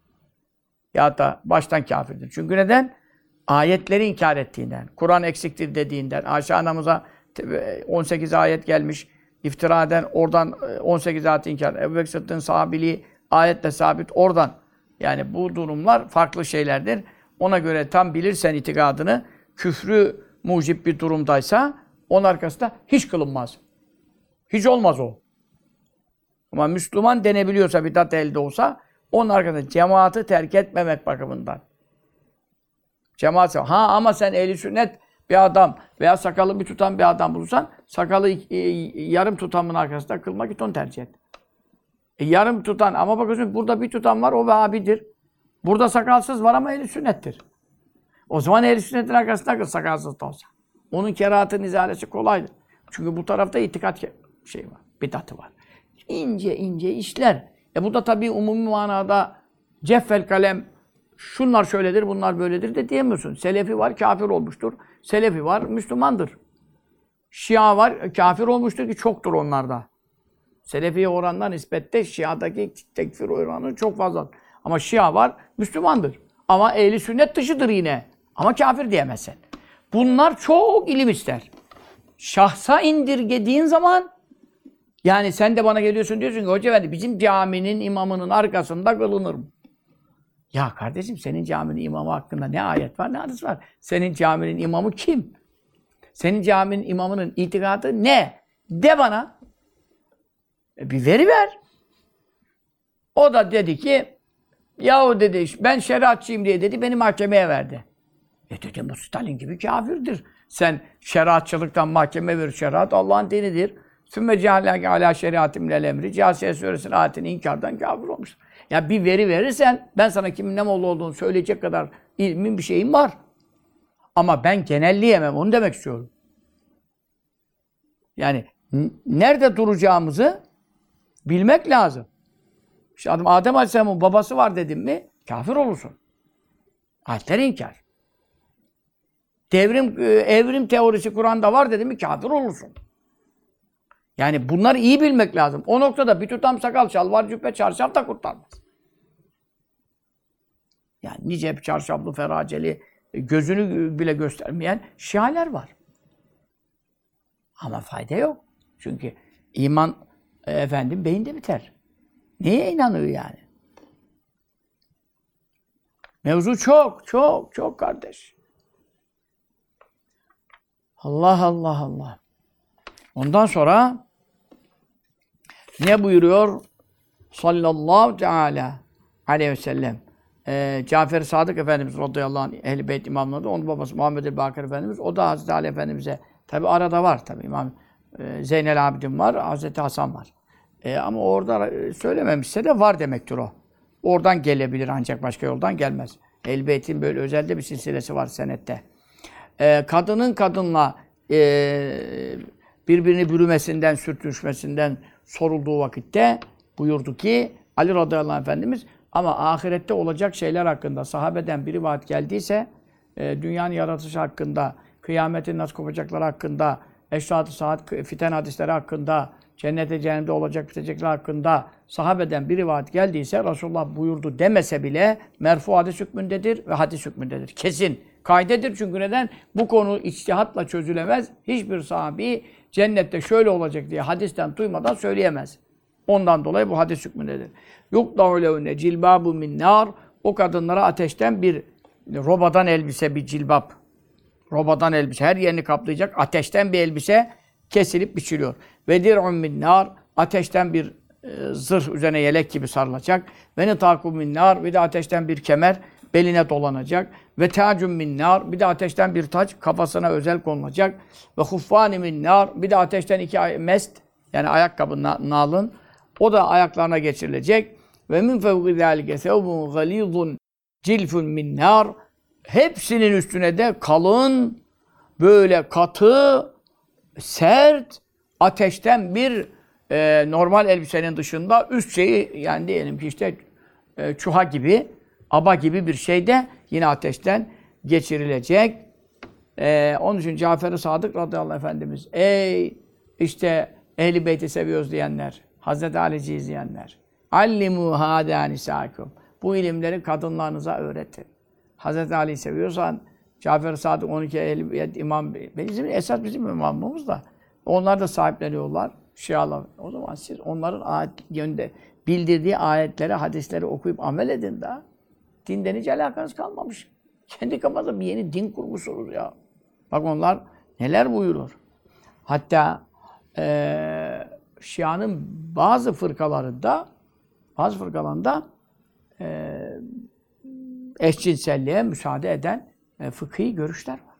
Ya da baştan kafirdir. Çünkü neden? Ayetleri inkar ettiğinden, Kur'an eksiktir dediğinden, Ayşe anamıza 18 ayet gelmiş, iftira eden oradan 18 ayet inkar. Ebu Bekir Sıddık'ın sahabiliği ayetle sabit oradan. Yani bu durumlar farklı şeylerdir. Ona göre tam bilirsen itikadını, küfrü mucib bir durumdaysa onun arkasında hiç kılınmaz. Hiç olmaz o. Ama Müslüman denebiliyorsa, bidat elde olsa onun arkasında cemaati terk etmemek bakımından. Cemaat ama sen ehli sünnet bir adam veya sakalı bir tutan bir adam bulursan sakalı yarım tutamın arkasında kılmak git onu tercih et. Yarım tutan ama bakıyorsun burada bir tutan var o Vehhabidir. Burada sakalsız var ama ehli sünnettir. O zaman ehli sünnetin arkasında kıl sakalsız da olsa. Onun kerahatın izalesi kolaydır. Çünkü bu tarafta itikat şey var, bidatı var. İnce ince işler. Bu da tabii umumi manada ceffel kalem şunlar şöyledir, bunlar böyledir de diyemiyorsun. Selefi var, kafir olmuştur. Selefi var, Müslümandır. Şia var, kafir olmuştur ki çoktur onlarda. Selefiye oranla nispette Şia'daki tekfir oranı çok fazla. Ama Şia var, Müslümandır. Ama ehli sünnet dışıdır yine. Ama kafir diyemezsin. Bunlar çok ilim ister. Şahsa indirgediğin zaman yani sen de bana geliyorsun diyorsun ki hoca efendi bizim caminin imamının arkasında kılınır mı? Ya kardeşim senin caminin imamı hakkında ne ayet var ne hadis var? Senin caminin imamı kim? Senin caminin imamının itikadı ne? De bana. Bir veri ver. O da dedi ki yahu dedi ben şeriatçıyım diye dedi beni mahkemeye verdi. Dedim bu Stalin gibi kafirdir. Sen şeriatçılıktan mahkeme verir. Şeriat Allah'ın dinidir. Sümme ceallâke alâ şeriatim lel emri. Câsiye suresinin ayetini inkardan kafir olmuştur. Ya bir veri verirsen ben sana kimin ne Molla olduğunu söyleyecek kadar ilmin bir şeyim var. Ama ben genelleyemem. Onu demek istiyorum. Yani nerede duracağımızı bilmek lazım. İşte Adem Aleyhisselam'ın babası var dedim mi kafir olursun. Ayetleri inkar. Evrim teorisi Kur'an'da var dedim mi kafir olursun. Yani bunları iyi bilmek lazım. O noktada bir tutam sakal, şalvar, cübbe, çarşaf da kurtarmaz. Yani nice çarşaflı, feraceli, gözünü bile göstermeyen şialer var. Ama fayda yok. Çünkü iman beyinde biter. Neye inanıyor yani? Mevzu çok kardeş. Allah. Ondan sonra ne buyuruyor? Sallallahu teala aleyhi ve sellem Cafer-i Sadık Efendimiz radıyallahu anh Ehl-i Beyt imamladı. Onun babası Muhammed el-Bakir Efendimiz. O da Hazreti Ali Efendimiz'e. Tabi arada var tabi İmam Zeynel Abidin var, Hazreti Hasan var. Ama orada söylememişse de var demektir o. Oradan gelebilir ancak başka yoldan gelmez. Ehl-i Beyt'in böyle özelde bir silsilesi var senette. Kadının kadınla birbirini bürümesinden, sürtüşmesinden sorulduğu vakitte buyurdu ki Ali radıyallahu anh Efendimiz ama ahirette olacak şeyler hakkında sahabeden bir rivayet geldiyse dünyanın yaratışı hakkında, kıyametin nasıl kopacakları hakkında, eşrat-ı saat, fiten hadisleri hakkında, cennete cehennemde olacak bitecekler hakkında sahabeden bir rivayet geldiyse Resulullah buyurdu demese bile merfu hadis hükmündedir ve hadis hükmündedir. Kesin. Kaydedir çünkü neden? Bu konu içtihatla çözülemez. Hiçbir sahabi cennette şöyle olacak diye hadisten duymadan söyleyemez. Ondan dolayı bu hadis hükmündedir. Yuqda'u lehunne cilbabu min nar. O kadınlara ateşten bir robadan elbise, bir cilbap. Robadan elbise. Her yerini kaplayacak ateşten bir elbise kesilip biçiliyor. Ve dir'un min nar. Ateşten bir zırh üzerine yelek gibi sarılacak. Ve nitakum min nar. Bir de ateşten bir kemer beline dolanacak. Ve tacun min nar. Bir de ateşten bir taç kafasına özel konulacak. Ve huffani min nar. Bir de ateşten iki mest yani ayakkabı nalın. O da ayaklarına geçirilecek. Ve min fevki zâlike sevbun galizun cilfun min nar. Hepsinin üstüne de kalın, böyle katı, sert, ateşten bir normal elbisenin dışında üst şeyi yani diyelim ki işte çuha gibi, aba gibi bir şey de yine ateşten geçirilecek. Onun için Cafer-i Sadık radıyallahu anh Efendimiz ey işte Ehl-i Beyt'i seviyoruz diyenler, Hazreti Ali'ci izleyenler. Allimu hâdâ nisâkum. Bu ilimleri kadınlarınıza öğretin. Hazreti Ali'yi seviyorsan Cafer-i Sadık 12 Ehl-i Beyt imam esas bizim imamımız da. Onlar da sahipleniyorlar. Şialar. O zaman siz onların ayet yönde bildirdiği ayetlere, hadisleri okuyup amel edin daha. Dinden hiç alakanız kalmamış. Kendi kafanızda bir yeni din kurmuşsunuz ya. Bak onlar neler buyurur. Hatta Şia'nın bazı fırkalarında eşcinselliğe müsaade eden fıkhi görüşler var.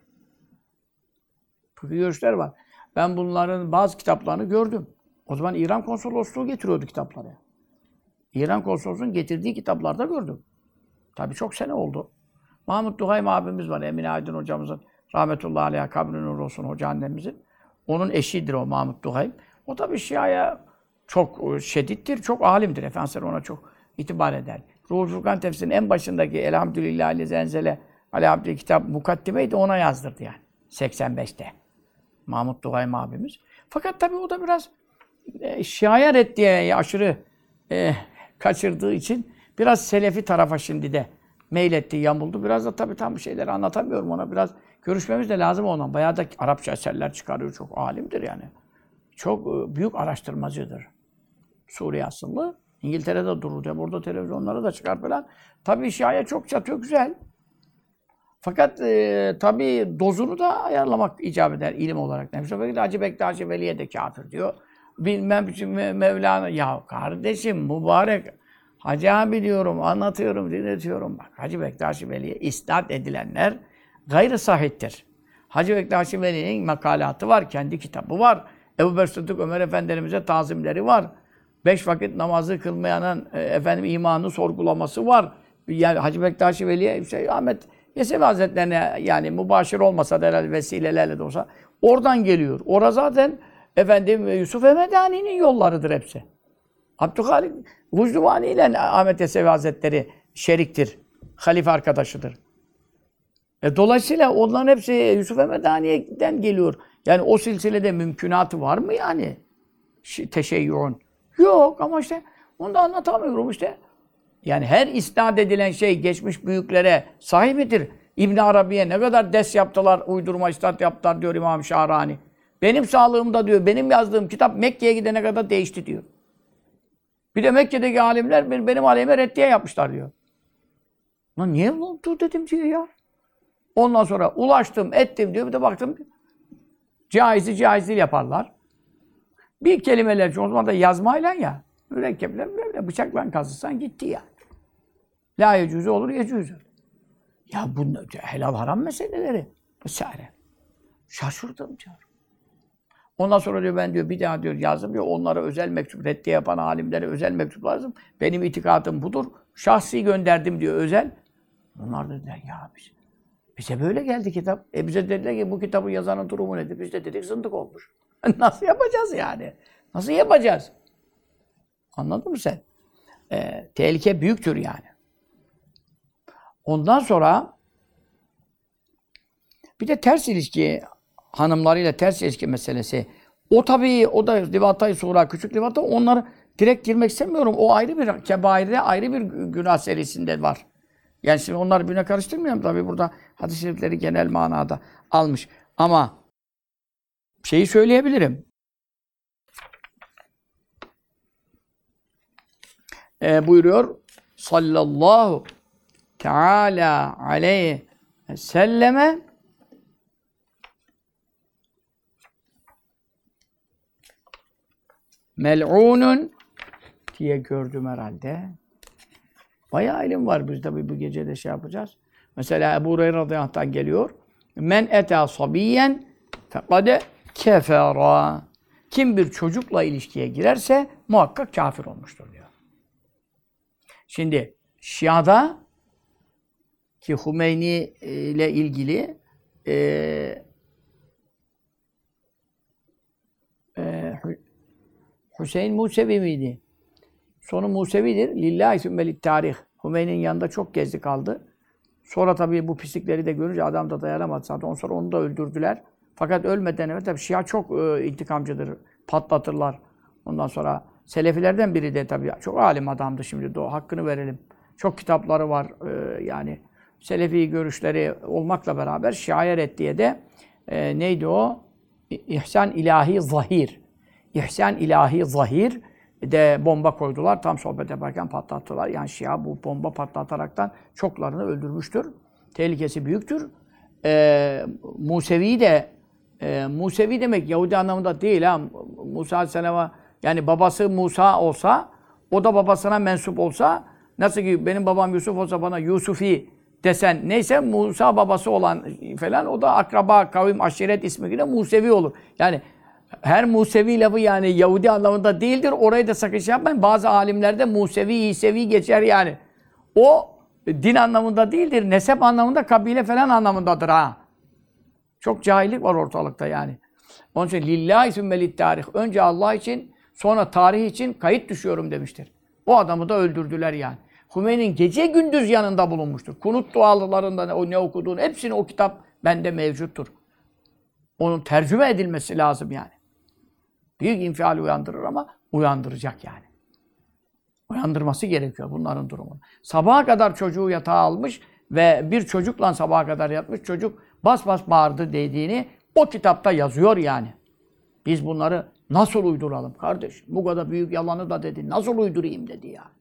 Fıkhi görüşler var. Ben bunların bazı kitaplarını gördüm. O zaman İran konsolosluğu getiriyordu kitapları. İran konsolosluğunun getirdiği kitaplarda gördüm. Tabii çok sene oldu. Mahmut Duhaym abimiz var, Emine Aydın hocamızın rahmetullahi aleyha kabri nur olsun hoca annemizin. Onun eşidir o Mahmut Duhaym. O tabii Şia'ya çok şedittir, çok alimdir. Efendimiz ona çok itibar eder. Ruhul Furkan tefsirinin en başındaki Elhamdülillah ile Zenzele Aleyhabdülillah kitap mukaddimeyi de ona yazdırdı yani. 85'te. Mahmut Duhaym abimiz. Fakat tabii o da biraz Şia'ya reddiye aşırı kaçırdığı için biraz Selefi tarafa şimdi de meyletti, yamuldu. Biraz da tabii tam şeyleri anlatamıyorum ona. Biraz görüşmemiz de lazım ondan. Bayağı da Arapça eserler çıkarıyor. Çok alimdir yani. Çok büyük araştırmacıdır. Suriye asıllı. İngiltere'de durur diye. Burada televizyonlara da çıkar falan. Tabii Şia'ya çok çatıyor, güzel. Fakat tabii dozunu da ayarlamak icap eder ilim olarak. Nefis Efendi Hacı Bektaşi Veli'ye de kafir diyor. Bilmem Mevlana. Ya kardeşim mübarek Hacı abi diyorum, anlatıyorum, dinletiyorum. Bak Hacı Bektaşi Veli'ye isnat edilenler gayrı sahihtir. Hacı Bektaşi Veli'nin makalatı var, kendi kitabı var. Ebu Bekir Sıddık Ömer Efendilerimize tazimleri var. 5 vakit namazı kılmayanın imanını sorgulaması var. Yani Hacı Bektaşi Veli'ye Ahmet Yesevi Hazretlerine yani mübaşir olmasa da herhalde vesilelerle de olsa oradan geliyor. Orada zaten Yusuf Emedani'nin yollarıdır hepsi. Abdülhalik Vucduvani ile Ahmet Yesevi Hazretleri şeriktir. Halife arkadaşıdır. Dolayısıyla onların hepsi Yusuf Emedani'den geliyor. Yani o silsilede mümkünatı var mı yani? Teşeyyü'ün. Yok ama işte onu da anlatamıyorum işte. Yani her isnat edilen şey geçmiş büyüklere sahih midir? İbn Arabi'ye ne kadar des yaptılar, uydurma isnat yaptılar diyor İmam Şahrani. Benim sağlığımda diyor, benim yazdığım kitap Mekke'ye gidene kadar değişti diyor. Bir de Mekke'deki alimler benim aleyhime reddiye yapmışlar diyor. Lan niye oldu dedim diyor ya. Ondan sonra ulaştım, ettim diyor. Bir de baktım caizi caiz değil yaparlar. Bir kelimeler o zaman da yazmayla ya. Mürekkeple böyle bıçakla kazırsan gitti ya. La yecüzü olur, yecüzü. Ya bu helal haram meseleleri vesaire. Şaşırdım diyor. Ondan sonra diyor ben diyor bir daha diyor yazdım diyor onlara özel mektup reddiye yapan alimlere özel mektup lazım. Benim itikadım budur. Şahsi gönderdim diyor özel. Onlar dediler ya bize böyle geldi kitap. Bize dediler ki bu kitabı yazanın durumu nedir? Biz de dedik zındık olmuş. Nasıl yapacağız yani? Nasıl yapacağız? Anladın mı sen? Tehlike büyüktür yani. Ondan sonra bir de ters ilişki, hanımlarıyla ters ilişki meselesi. O tabii, o da Livat-ı Suğra, küçük Livat'a, onları direkt girmek istemiyorum. O ayrı bir kebaire, ayrı bir günah serisinde var. Yani şimdi onları birbirine karıştırmıyorum tabii burada hadis-i şerifleri genel manada almış. Ama şeyi söyleyebilirim. Buyuruyor sallallahu teala aleyhi ve selleme mel'unun diye gördüm herhalde. Bayağı ilim var. Biz de bu gece de şey yapacağız. Mesela Ebu Hureyre radıyallahu anh'tan geliyor. Men eta sabiyyen fekade kefera. Kim bir çocukla ilişkiye girerse muhakkak kafir olmuştur diyor. Şimdi Şia'da ki Hümeyni ile ilgili Hüseyin Musevi miydi? Sonu Musevidir. Lillahi sümmelit tarih. Hümeyni'nin yanında çok gezdi kaldı. Sonra tabii bu pislikleri de görünce adam da dayanamadı. Zaten ondan sonra onu da öldürdüler. Fakat ölmeden evvel tabii Şia çok intikamcıdır. Patlatırlar. Ondan sonra Selefilerden biri de tabii çok alim adamdı şimdi. Hakkını verelim. Çok kitapları var. Yani Selefi görüşleri olmakla beraber Şia'ya reddiye de neydi o? İhsan ilahi zahir. İhsan ilahi zahir de bomba koydular. Tam sohbet yaparken patlattılar. Yani Şia bu bomba patlataraktan çoklarını öldürmüştür. Tehlikesi büyüktür. Musevi de Musevi demek Yahudi anlamında değil ha. Musa Aleyhisselam'a yani babası Musa olsa o da babasına mensup olsa nasıl ki benim babam Yusuf olsa bana Yusufi desen neyse Musa babası olan falan o da akraba, kavim, aşiret ismiyle Musevi olur. Yani her Musevi lafı yani Yahudi anlamında değildir. Orayı da sakın şey yapmayın. Bazı alimlerde Musevi, İsevi geçer yani. O din anlamında değildir. Nesep anlamında, kabile falan anlamındadır ha. Çok cahillik var ortalıkta yani. Onun için lillahi sümmelit tarih. Önce Allah için, sonra tarih için kayıt düşüyorum demiştir. O adamı da öldürdüler yani. Hümeyni'nin gece gündüz yanında bulunmuştur. Kunut dualarında o ne okuduğunu hepsini o kitap bende mevcuttur. Onun tercüme edilmesi lazım yani. Büyük infial uyandırır ama uyandıracak yani. Uyandırması gerekiyor bunların durumunu. Sabaha kadar çocuğu yatağa almış ve bir çocukla sabaha kadar yatmış çocuk bas bas bağırdı dediğini o kitapta yazıyor yani. Biz bunları nasıl uyduralım kardeş? Bu kadar büyük yalanı da dedi. Nasıl uydurayım dedi yani.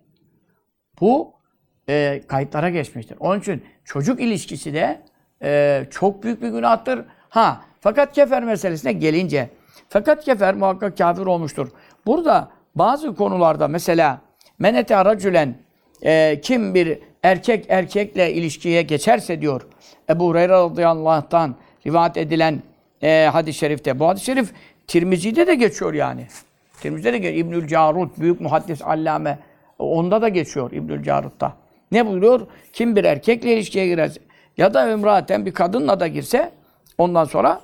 Bu kayıtlara geçmiştir. Onun için çocuk ilişkisi de çok büyük bir günahtır. Fakat kefer meselesine gelince fakat kefer muhakkak kafir olmuştur. Burada bazı konularda mesela men ete racülen kim bir erkekle ilişkiye geçerse diyor Ebu Hureyre radıyallahu anh'tan rivayet edilen hadis-i şerifte. Bu hadis-i şerif Tirmizi'de de geçiyor yani. Tirmizi'de de geçiyor. İbnül Carut büyük muhaddis allame onda da geçiyor İbnül Carut'ta. Ne buyuruyor? Kim bir erkekle ilişkiye girerse ya da ümraten bir kadınla da girse ondan sonra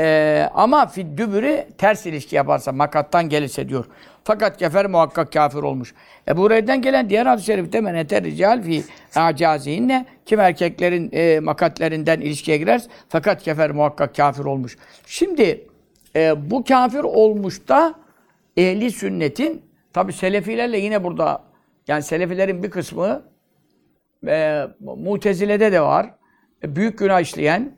ama fiddübürü ters ilişki yaparsa, makattan gelirse diyor. Fakat kefer muhakkak kafir olmuş. Ebu Hureyre'den gelen diğer hadis-i şerifte men eter rical fi acazihinne kim erkeklerin makatlerinden ilişkiye girer fakat kefer muhakkak kafir olmuş. Şimdi bu kafir olmuş da ehli sünnetin tabi selefilerle yine burada yani selefilerin bir kısmı Mutezile'de de var. Büyük günah işleyen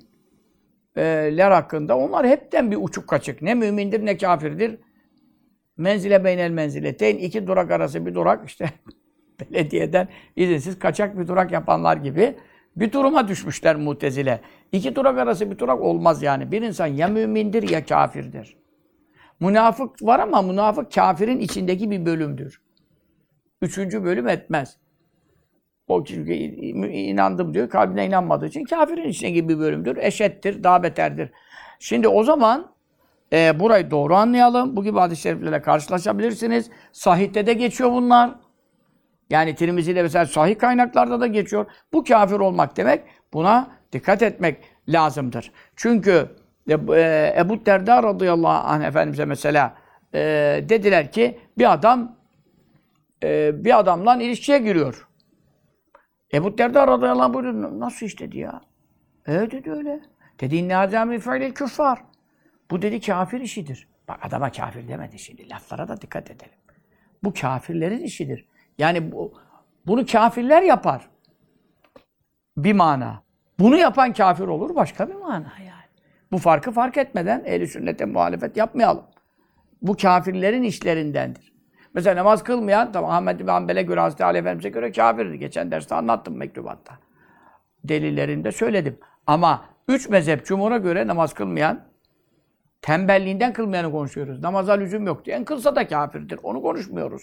ler hakkında onlar hepten bir uçuk kaçık. Ne mümindir ne kafirdir. Menzile beynel menzileteyn. İki durak arası bir durak işte belediyeden izinsiz kaçak bir durak yapanlar gibi bir duruma düşmüşler Mutezile. İki durak arası bir durak olmaz yani. Bir insan ya mümindir ya kafirdir. Münafık var ama münafık kafirin içindeki bir bölümdür. Üçüncü bölüm etmez. O çünkü inandım diyor. Kalbine inanmadığı için kafirin içine gibi bir bölümdür. Eşettir, daha beterdir. Şimdi o zaman burayı doğru anlayalım. Bu gibi hadis-i şeriflerle karşılaşabilirsiniz. Sahih'te de geçiyor bunlar. Yani Tirmizi'de mesela sahih kaynaklarda da geçiyor. Bu kafir olmak demek. Buna dikkat etmek lazımdır. Çünkü Ebu Derda radıyallahu anh Efendimiz'e mesela dediler ki bir adam bir adamla ilişkiye giriyor. Ebu Derda radıyallahu anh buyurdu. Nasıl iş dedi ya? Dedi öyle. Dedi inne azami fe'lil küffar. Bu dedi kafir işidir. Bak adama kafir demedi şimdi. Laflara da dikkat edelim. Bu kafirlerin işidir. Yani bunu kafirler yapar. Bir mana. Bunu yapan kafir olur başka bir mana yani. Bu farkı fark etmeden ehl-i sünnete muhalefet yapmayalım. Bu kafirlerin işlerindendir. Mesela namaz kılmayan, tamam Ahmed bin Hanbel'e göre, Hazreti Ali Efendimiz'e göre kafirdir. Geçen derste anlattım mektubatta. Delillerinde söyledim. Ama üç mezhep cumhura göre namaz kılmayan, tembelliğinden kılmayanı konuşuyoruz. Namaza lüzum yok diye. En kılsa da kafirdir. Onu konuşmuyoruz.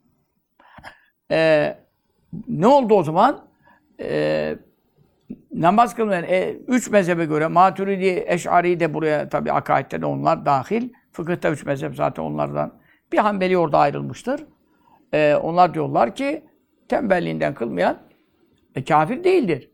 Ne oldu o zaman? Namaz kılmayan, üç mezhebe göre, Maturidi, Eş'ari de buraya tabi akaidde de onlar dahil. Fıkıhta üç mezhep zaten onlardan. Bir Hanbeli orada ayrılmıştır. Onlar diyorlar ki tembelliğinden kılmayan kafir değildir.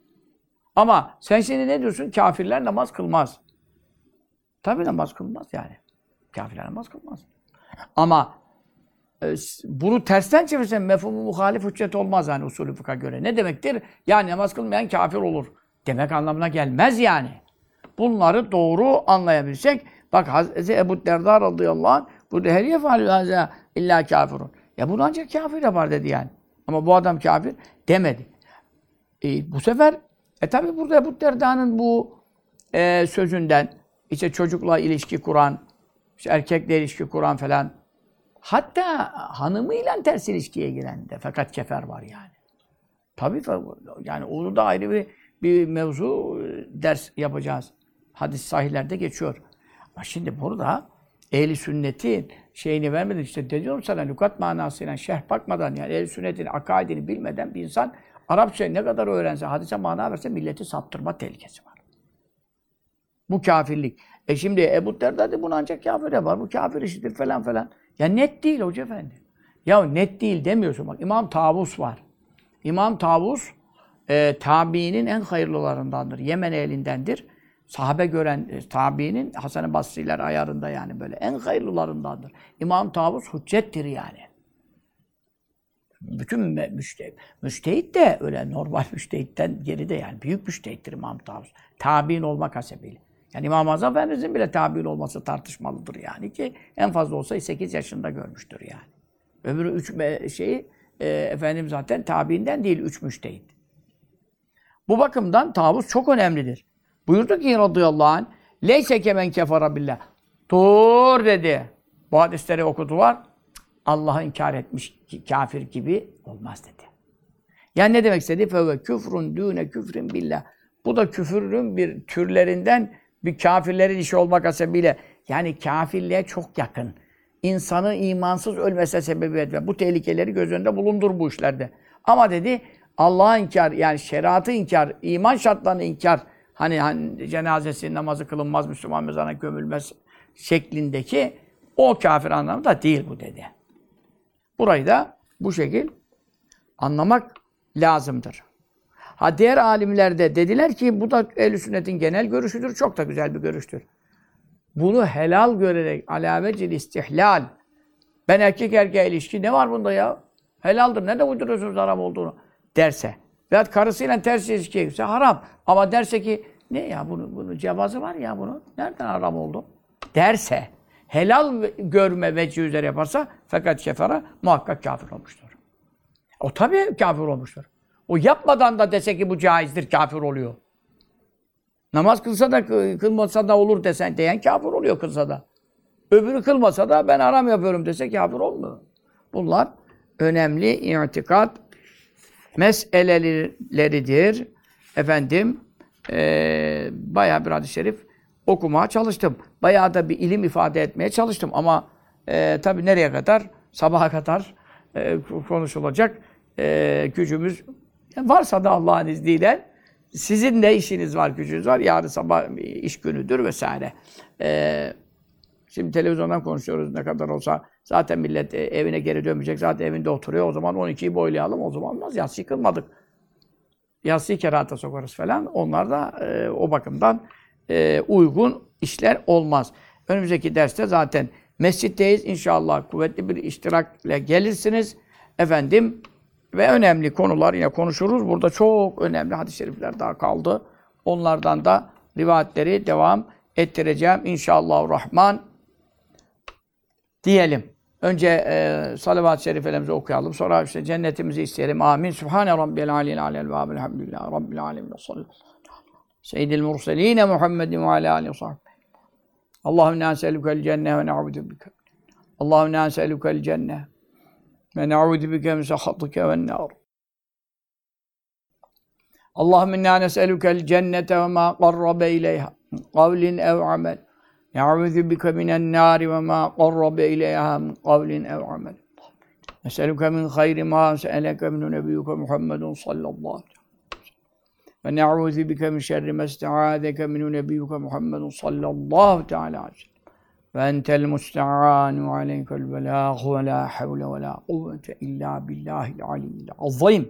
Ama sen şimdi ne diyorsun? Kafirler namaz kılmaz. Tabi namaz kılmaz yani. Kafirler namaz kılmaz. Ama bunu tersten çevirsen mefhumu muhalif hüccet olmaz yani usulü fıkha göre. Ne demektir? Yani namaz kılmayan kafir olur. Demek anlamına gelmez yani. Bunları doğru anlayabilsek, bak Hazreti Ebu Derda radıyallahu anh burada her yefalü haza illa kafirun. Ya bunu ancak kafir yapar dedi yani. Ama bu adam kafir demedi. Bu sefer tabi burada Ebu Derda'nın bu sözünden işte çocukla ilişki kuran, işte erkekle ilişki kuran falan, hatta hanımıyla ters ilişkiye giren de fakat kefer var yani. Tabii yani onu da ayrı bir mevzu ders yapacağız. Hadis sahihlerde geçiyor. Ama şimdi burada ehl-i sünnetin şeyini vermedik işte diyorum sana lügat manasıyla şerh bakmadan yani ehl-i sünnetin akaidini bilmeden bir insan Arapçayı ne kadar öğrense, hadise mana verse milleti saptırma tehlikesi var. Bu kafirlik. Şimdi Ebu Derda dedi bunu ancak kafir yapar. Bu kafir işidir falan falan. Ya net değil Hoca Efendi. Ya net değil demiyorsun bak. İmam Tavus var. İmam Tavus tabiinin en hayırlılarındandır. Yemen ehlindendir. Sahabe gören tabiinin Hasan-ı Basri'ler ayarında yani böyle en hayırlılarındandır. İmam Tavus hüccettir yani. Bütün müştehit de öyle normal müştehitten geride yani. Büyük müştehittir İmam Tavus. Tabiin olmak hasebiyle. Yani İmam-ı Azam Efendimiz'in bile tabiin olması tartışmalıdır yani ki en fazla olsa 8 yaşında görmüştür yani. Öbürü 3 efendim zaten tabiinden değil 3 müştehit. Bu bakımdan Tavus çok önemlidir. Buyurdu ki radıyallahu anh leyse kemen kefara billah. Dur dedi. Bu hadisleri okudular. Allah'ı inkar etmiş kafir gibi olmaz dedi. Yani ne demek istedi? Feve küfrün düne küfrin billah. Bu da küfürün bir türlerinden bir kafirlerin işi olmak hasebiyle yani kafirliğe çok yakın. İnsanı imansız ölmesine sebebiyet ver. Bu tehlikeleri göz önünde bulundur bu işlerde. Ama dedi Allah'a inkar yani şeriatı inkar, iman şartlarını inkar hani cenazesi namazı kılınmaz, Müslüman mezarına gömülmez şeklindeki o kafir anlamında değil bu dedi. Burayı da bu şekil anlamak lazımdır. Diğer alimler de dediler ki bu da ehl-i sünnetin genel görüşüdür. Çok da güzel bir görüştür. Bunu helal görerek alavecil istihlal. Ben erkek erkeğe ilişki ne var bunda ya? Helaldir. Ne de uyduruyorsunuz haram olduğunu derse. Veyahut karısıyla ters ilişkiye girse haram. Ama derse ki ne ya bunun cevazı var ya bunun. Nereden haram oldu? Derse helal görme vecih üzere yaparsa fakat kefara muhakkak kafir olmuştur. O tabii kafir olmuştur. O yapmadan da dese ki bu caizdir, kafir oluyor. Namaz kılsa da kılmasa da olur desen diyen kafir oluyor kılsa da. Öbürü kılmasa da ben haram yapıyorum dese kafir olmuyor. Bunlar önemli itikat meseleleridir. Efendim bayağı bir hadis-i şerif okumaya çalıştım. Bayağı da bir ilim ifade etmeye çalıştım ama tabii nereye kadar? Sabaha kadar konuşulacak gücümüz Varsa da Allah'ın izniyle sizin de işiniz var, gücünüz var. Yarın sabah iş günüdür vesaire. Şimdi televizyondan konuşuyoruz ne kadar olsa. Zaten millet evine geri dönmeyecek. Zaten evinde oturuyor. O zaman 12'yi boylayalım. O zaman olmaz. Yatsıyı kılmadık. Yatsıyı kerahata sokarız falan. Onlar da o bakımdan uygun işler olmaz. Önümüzdeki derste zaten mescitteyiz. İnşallah kuvvetli bir iştirakle gelirsiniz. Efendim ve önemli konular yine konuşuruz. Burada çok önemli hadis-i şerifler daha kaldı. Onlardan da rivayetleri devam ettireceğim. İnşallahurrahman diyelim. Önce salavat-ı şerifelerimizi okuyalım. Sonra işte cennetimizi isteyelim. Amin. Sübhane Rabbiyel aliyel alel ve elhamdülillahi Rabbil alemin. Seyyidil murseline Muhammedin ve ala alihi ve sahbihi. Allahümme ne'aselükel cenne ve ne'udu bike. Allahümme ne'aselükel cenne ve ne'udu bike min sehatike ve nâr. Allahümme ne'aselükel cennete ve ma qarrabe ileyha kavlin ev amel. Ne'udu bike minen nâri ve ma qarrabe ileyha min kavlin ev amel. Neselüke min hayri ma se'eleke minhu nebiyyuke Muhammedun sallallahu aleyhi ve sellem. Ve ne'ûzü bike min şerri mesta'âdeke minhu nebiyyuke Muhammedun sallallahu teâlâ aleyhi ve sellem. Ve entel musta'ânu aleykel belâhu ve lâ havle ve lâ kuvvete illâ billâhil aliyyil azîm.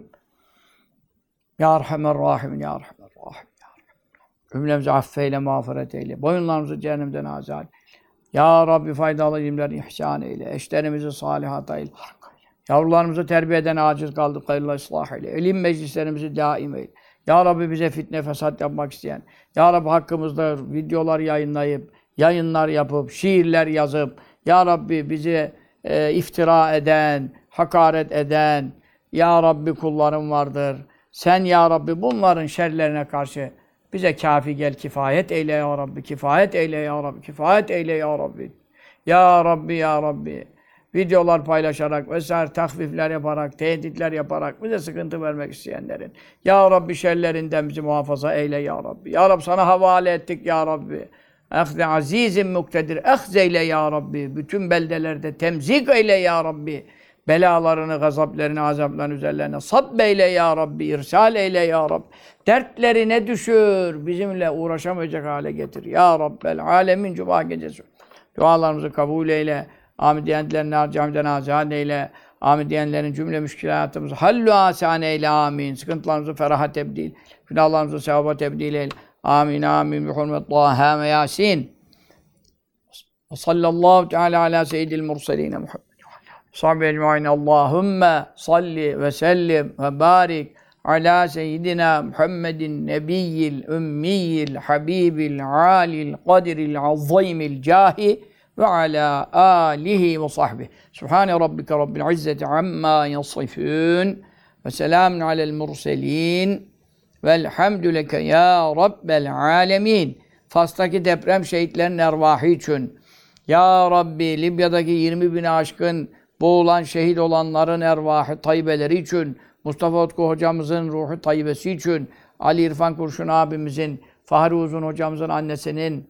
Ya Erhamer Rahimin, Ya Erhamer Rahim, Ya Erhamer. Cümlemizi affeyle, mağfiret eyle. Boyunlarımızı cehennemden azad eyle. Ya Rabbi faydalı ilimler ihsan eyle. Eşlerimizi salihat eyle. Yavrularımızı terbiye eden aciz kaldık. Hayırlı ıslah eyle. İlim meclislerimizi daim eyle. Ya Rabbi bize fitne, fesat yapmak isteyen, Ya Rabbi hakkımızda videolar yayınlayıp, yayınlar yapıp, şiirler yazıp, Ya Rabbi bizi iftira eden, hakaret eden, Ya Rabbi kullarım vardır. Sen Ya Rabbi bunların şerlerine karşı bize kafi gel, kifayet eyle Ya Rabbi, kifayet eyle Ya Rabbi, kifayet eyle Ya Rabbi. Ya Rabbi, Ya Rabbi. Videolar paylaşarak vesaire tahfifler yaparak, tehditler yaparak bize sıkıntı vermek isteyenlerin Ya Rabbi şerlerinden bizi muhafaza eyle Ya Rabbi. Ya Rabbi sana havale ettik Ya Rabbi. Ehze azizim muktedir. Ehzeyle Ya Rabbi. Bütün beldelerde temzik eyle Ya Rabbi. Belalarını, gazaplarını, azaplarını üzerlerine sabbeyle Ya Rabbi. İrsal eyle Ya Rabbi. Dertlerine düşür. Bizimle uğraşamayacak hale getir. Ya Rabbel alemin cuma gecesi. Dualarımızı kabul eyle. Amin diyenlerin camiden azad eyle. Amin diyenlerin cümle müşkilatımızı hallu asan eyle. Amin. Sıkıntılarımızı feraha tebdil. Günahlarımızı sevaba tebdil eyle. Amin. Amin. Bi hurmet Taha ve Yasin. Sallallahu teala ala seyyidil murseline Muhammed. Sahabe ecmaîn. Allahümme salli ve sellim ve barik ala seyyidina Muhammedin nebiyyil ümmiyil habibil alil kadiril azîmil cahi ve ala alihi ve sahbihi. Subhane rabbike rabbil izzeti amma yasifun ve selamun alel murselin velhamdü leke ya rabbel alemin. Fas'taki deprem şehitlerin ervahı için, Ya Rabbi Libya'daki 20 bine aşkın boğulan şehit olanların ervahı tayyibeleri için, Mustafa Utku hocamızın ruhu tayyibesi için, Ali İrfan Kurşun abimizin, Fahri Uzun hocamızın annesinin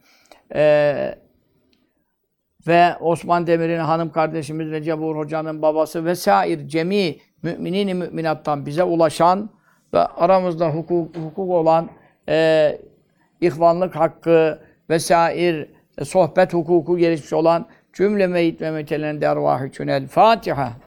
ve Osman Demir'in hanım kardeşimiz Recep Uğur Hoca'nın babası vesaire cemi müminin-i müminattan bize ulaşan ve aramızda hukuk olan ihvanlık hakkı vesaire sohbet hukuku gelişmiş olan cümle meyit ve metelerin dervahı için El Fatiha.